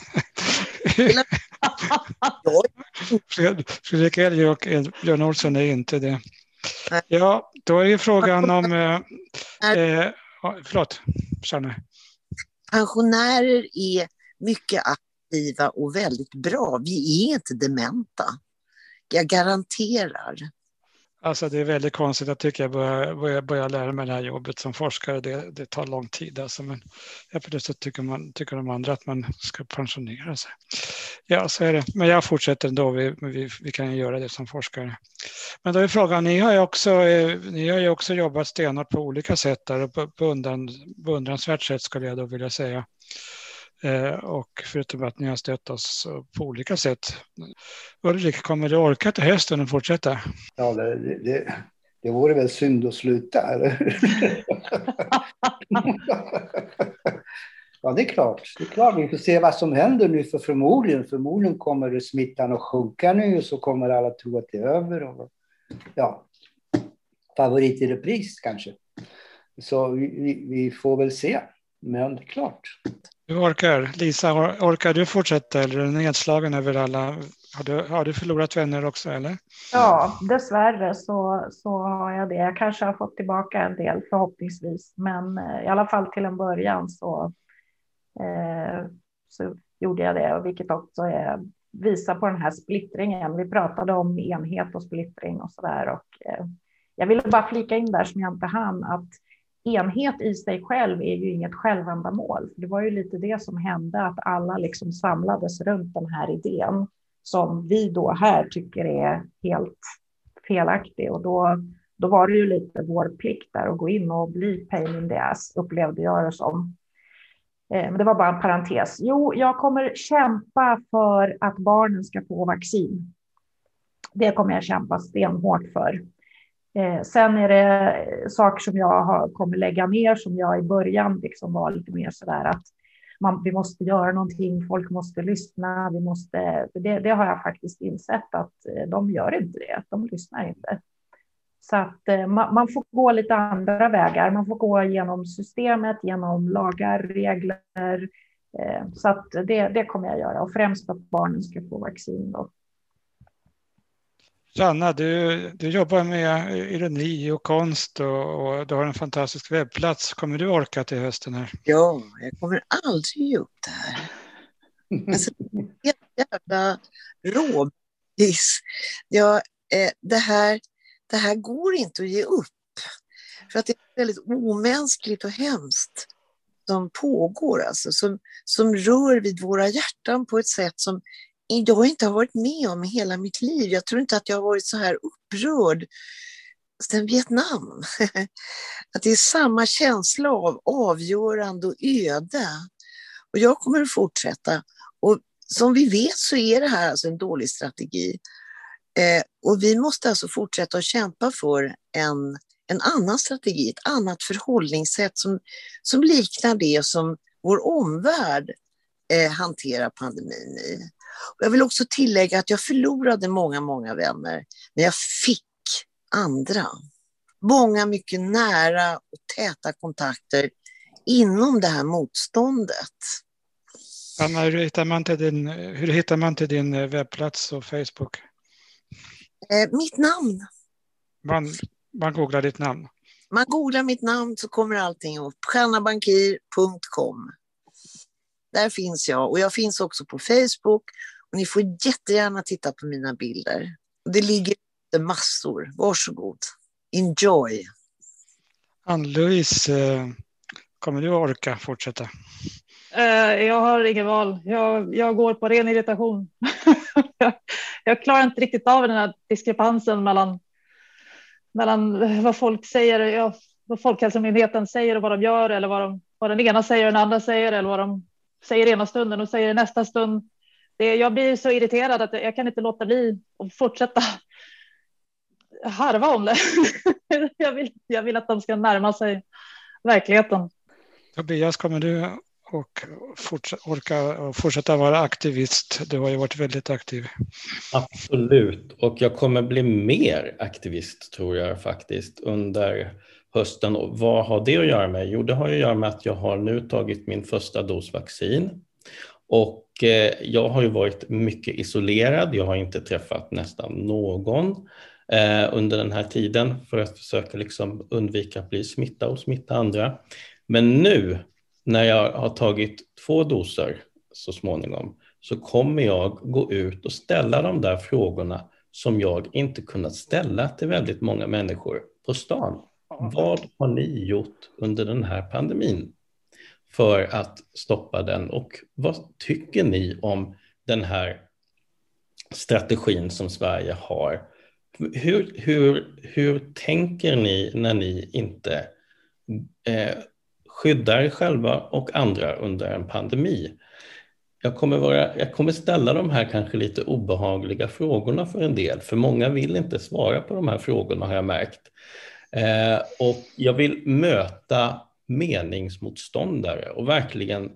Fredrik Elger och Björn Olsson är inte det. Ja, då är ju frågan om... förlåt, Sanne. Pensionärer är mycket aktiva och väldigt bra. Vi är inte dementa. Jag garanterar. Alltså det är väldigt konstigt. Jag tycker jag börjar lära mig det här jobbet som forskare. Det tar lång tid. Alltså, men plötsligt tycker de andra att man ska pensionera sig. Ja, så är det. Men jag fortsätter ändå. Vi kan ju göra det som forskare. Men då är frågan, ni har ju också jobbat stenhårt på olika sätt där. På beundransvärt sätt skulle jag då vilja säga. Och förutom att ni har stött oss på olika sätt. Ulrik, kommer du orka till hösten och fortsätta? Ja, det vore väl synd att sluta, eller? Ja, det är klart. Vi får se vad som händer nu, för förmodligen kommer smittan att sjunka nu och så kommer alla tro att det är över. Och, ja, favorit i repris kanske. Så vi får väl se. Men det är klart. Du orkar. Lisa, orkar du fortsätta eller är du nedslagen över alla? Har du förlorat vänner också eller? Ja, dessvärre så har jag det. Jag kanske har fått tillbaka en del förhoppningsvis. Men i alla fall till en början så gjorde jag det. Vilket också visar på den här splittringen. Vi pratade om enhet och splittring och sådär. Och jag ville bara flika in där som jag inte hann att enhet i sig själv är ju inget självändamål. Det var ju lite det som hände, att alla liksom samlades runt den här idén som vi då här tycker är helt felaktig. Och då var det ju lite vår plikt där att gå in och bli pain in the ass, upplevde jag det som. Men det var bara en parentes. Jo, jag kommer kämpa för att barnen ska få vaccin. Det kommer jag kämpa stenhårt för. Sen är det saker som jag kommer lägga ner, som jag i början liksom var lite mer sådär att vi måste göra någonting, folk måste lyssna, det har jag faktiskt insett att de gör inte det, de lyssnar inte. Så att man får gå lite andra vägar, man får gå genom systemet, genom lagar, regler, så att det kommer jag göra, och främst för att barnen ska få vaccin då. Sanna, du jobbar med ironi och konst och du har en fantastisk webbplats. Kommer du orka till hösten här? Ja, jag kommer aldrig ge upp det här. Alltså, det är jävla råbis. Ja, det här går inte att ge upp. För att det är väldigt omänskligt och hemskt som pågår. Alltså, som rör vid våra hjärtan på ett sätt som jag inte har varit med om i hela mitt liv. Jag tror inte att jag har varit så här upprörd sedan Vietnam. Att det är samma känsla av avgörande och öde. Och jag kommer att fortsätta. Och som vi vet så är det här alltså en dålig strategi. Och vi måste alltså fortsätta att kämpa för en annan strategi, ett annat förhållningssätt som liknar det som vår omvärld hanterar pandemin i. Och jag vill också tillägga att jag förlorade många vänner, men jag fick andra. Många mycket nära och täta kontakter inom det här motståndet. Anna, hur hittar man till din webbplats och Facebook? Mitt namn. Man googlar ditt namn? Man googlar mitt namn så kommer allting upp. Jannabankir.com. Där finns jag, och jag finns också på Facebook, och ni får jättegärna titta på mina bilder. Och det ligger massor. Varsågod. Enjoy. Ann-Louise, kommer du att orka fortsätta? Jag har ingen val. Jag går på ren irritation. Jag klarar inte riktigt av den här diskrepansen mellan vad folk säger, vad Folkhälsomyndigheten säger och vad de gör, eller vad den ena säger och den andra säger, eller vad de säger ena stunden och säger nästa stund. Jag blir så irriterad att jag kan inte låta bli att fortsätta harva om det. Jag vill att de ska närma sig verkligheten. Tobias, kommer du och fortsätta vara aktivist. Du har ju varit väldigt aktiv. Absolut, och jag kommer bli mer aktivist tror jag faktiskt under hösten. Och vad har det att göra med? Jo, det har att göra med att jag har nu tagit min första dos vaccin. Och jag har ju varit mycket isolerad. Jag har inte träffat nästan någon under den här tiden för att försöka liksom undvika att bli smittad och smitta andra. Men nu när jag har tagit 2 doser så småningom så kommer jag gå ut och ställa de där frågorna som jag inte kunnat ställa till väldigt många människor på stan. Vad har ni gjort under den här pandemin för att stoppa den? Och vad tycker ni om den här strategin som Sverige har? Hur tänker ni när ni inte skyddar er själva och andra under en pandemi? Jag kommer ställa de här kanske lite obehagliga frågorna för en del, för många vill inte svara på de här frågorna har jag märkt. Och jag vill möta meningsmotståndare och verkligen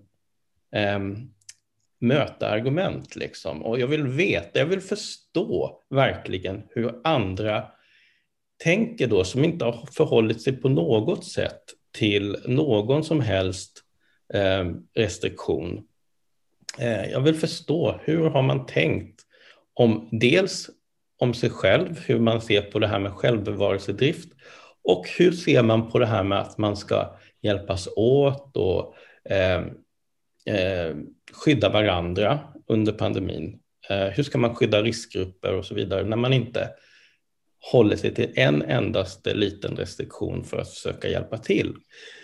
möta argument liksom. Och jag vill förstå verkligen hur andra tänker då som inte har förhållit sig på något sätt till någon som helst restriktion. Jag vill förstå hur har man tänkt om dels om sig själv, hur man ser på det här med självbevarelsedrift och hur ser man på det här med att man ska hjälpas åt och skydda varandra under pandemin. Hur ska man skydda riskgrupper och så vidare när man inte håller sig till en endaste liten restriktion för att försöka hjälpa till.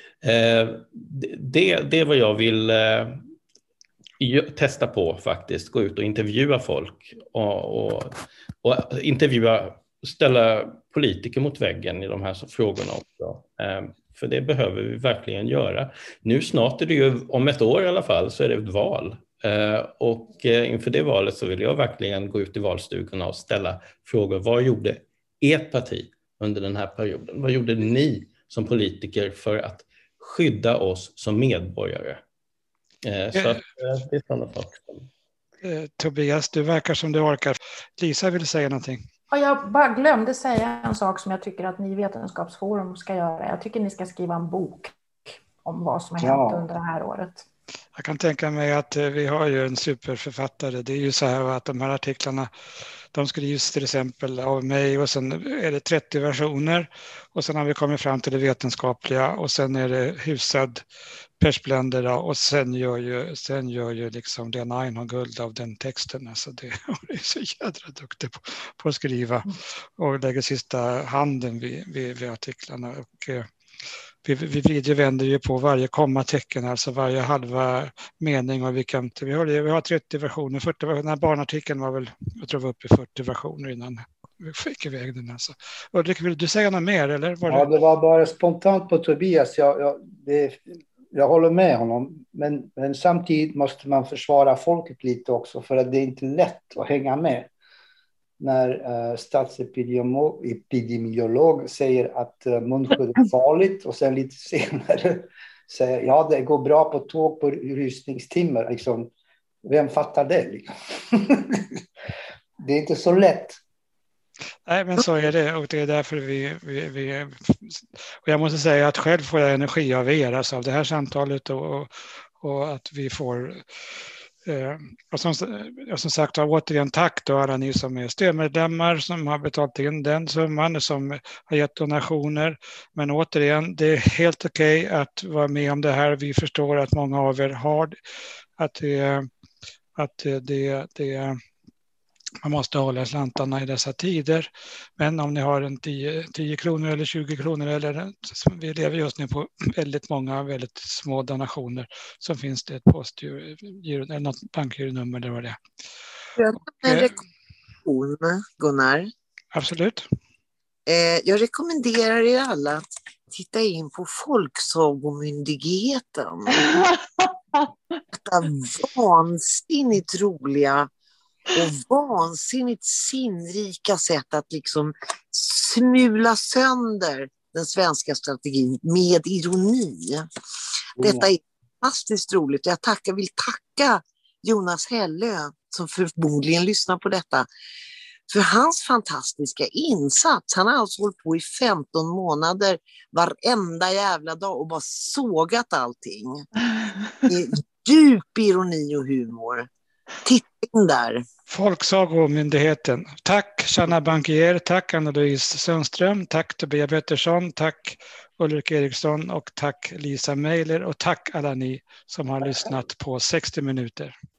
Det är vad jag vill testa på faktiskt. Gå ut och intervjua folk och ställa politiker mot väggen i de här frågorna också. För det behöver vi verkligen göra. Nu snart är det ju, om ett år i alla fall, så är det ett val. Och inför det valet så vill jag verkligen gå ut i valstugorna och ställa frågor. Vad gjorde ert parti under den här perioden? Vad gjorde ni som politiker för att skydda oss som medborgare? Så att, det är sådana saker. Tobias, du verkar som du orkar. Lisa vill säga någonting. Ja, jag bara glömde säga en sak som jag tycker att ni i Vetenskapsforum ska göra. Jag tycker ni ska skriva en bok om vad som har hänt under det här året. Jag kan tänka mig att vi har ju en superförfattare. Det är ju så här att de här artiklarna, de skrivs till exempel av mig och sen är det 30 versioner och sen har vi kommit fram till det vetenskapliga och sen är det husad persblender och sen gör ju liksom Lena Einhorn guld av den texten. Alltså det är så jädra duktig på att skriva och lägger sista handen vid artiklarna. Och vi vrider och vänder ju på varje kommatecken, alltså varje halva mening. Och vi har 30 versioner, 40 versioner. Den här barnartikeln var väl, jag tror vi var uppe i 40 versioner innan vi fick iväg den. Alltså. Ulrik, vill du säga något mer? Eller det var bara spontant på Tobias. Jag håller med honom, men samtidigt måste man försvara folket lite också, för att det är inte lätt att hänga med. När statsepidemiolog säger att munskydd är farligt och sen lite senare säger det går bra på tåg på rusningstimmar. Liksom, vem fattar det? Liksom? Det är inte så lätt. Nej, men så är det och det är därför och jag måste säga att själv får jag energi av er, alltså av det här samtalet och att vi får och som sagt återigen tack då alla ni som är stödmedlemmar som har betalat in den summan, som har gett donationer, men återigen det är helt okej att vara med om det här. Vi förstår att många av er har att man måste hålla slantarna i dessa tider. Men om ni har en 10 kronor eller 20 kronor eller vi lever just nu på väldigt många väldigt små donationer, så finns det ett postgiro eller något bankgironummer eller vad det är. En rekommendation, Gunnar. Absolut. Jag rekommenderar er alla att titta in på Folksagomyndigheten. Detta vansinnigt roliga och vansinnigt sinnrika sätt att liksom smula sönder den svenska strategin med ironi. Detta är fantastiskt roligt. Jag vill tacka Jonas Hellö som förmodligen lyssnar på detta för hans fantastiska insats. Han har alltså hållit på i 15 månader varenda jävla dag och bara sågat allting. Djup ironi och humor. Titta in där. Folksagomyndigheten. Tack Shanna Bankier, tack Anna-Louise Sundström, tack Tobias Pettersson, tack Ulrik Eriksson och tack Lisa Meiler och tack alla ni som har lyssnat på 60 minuter.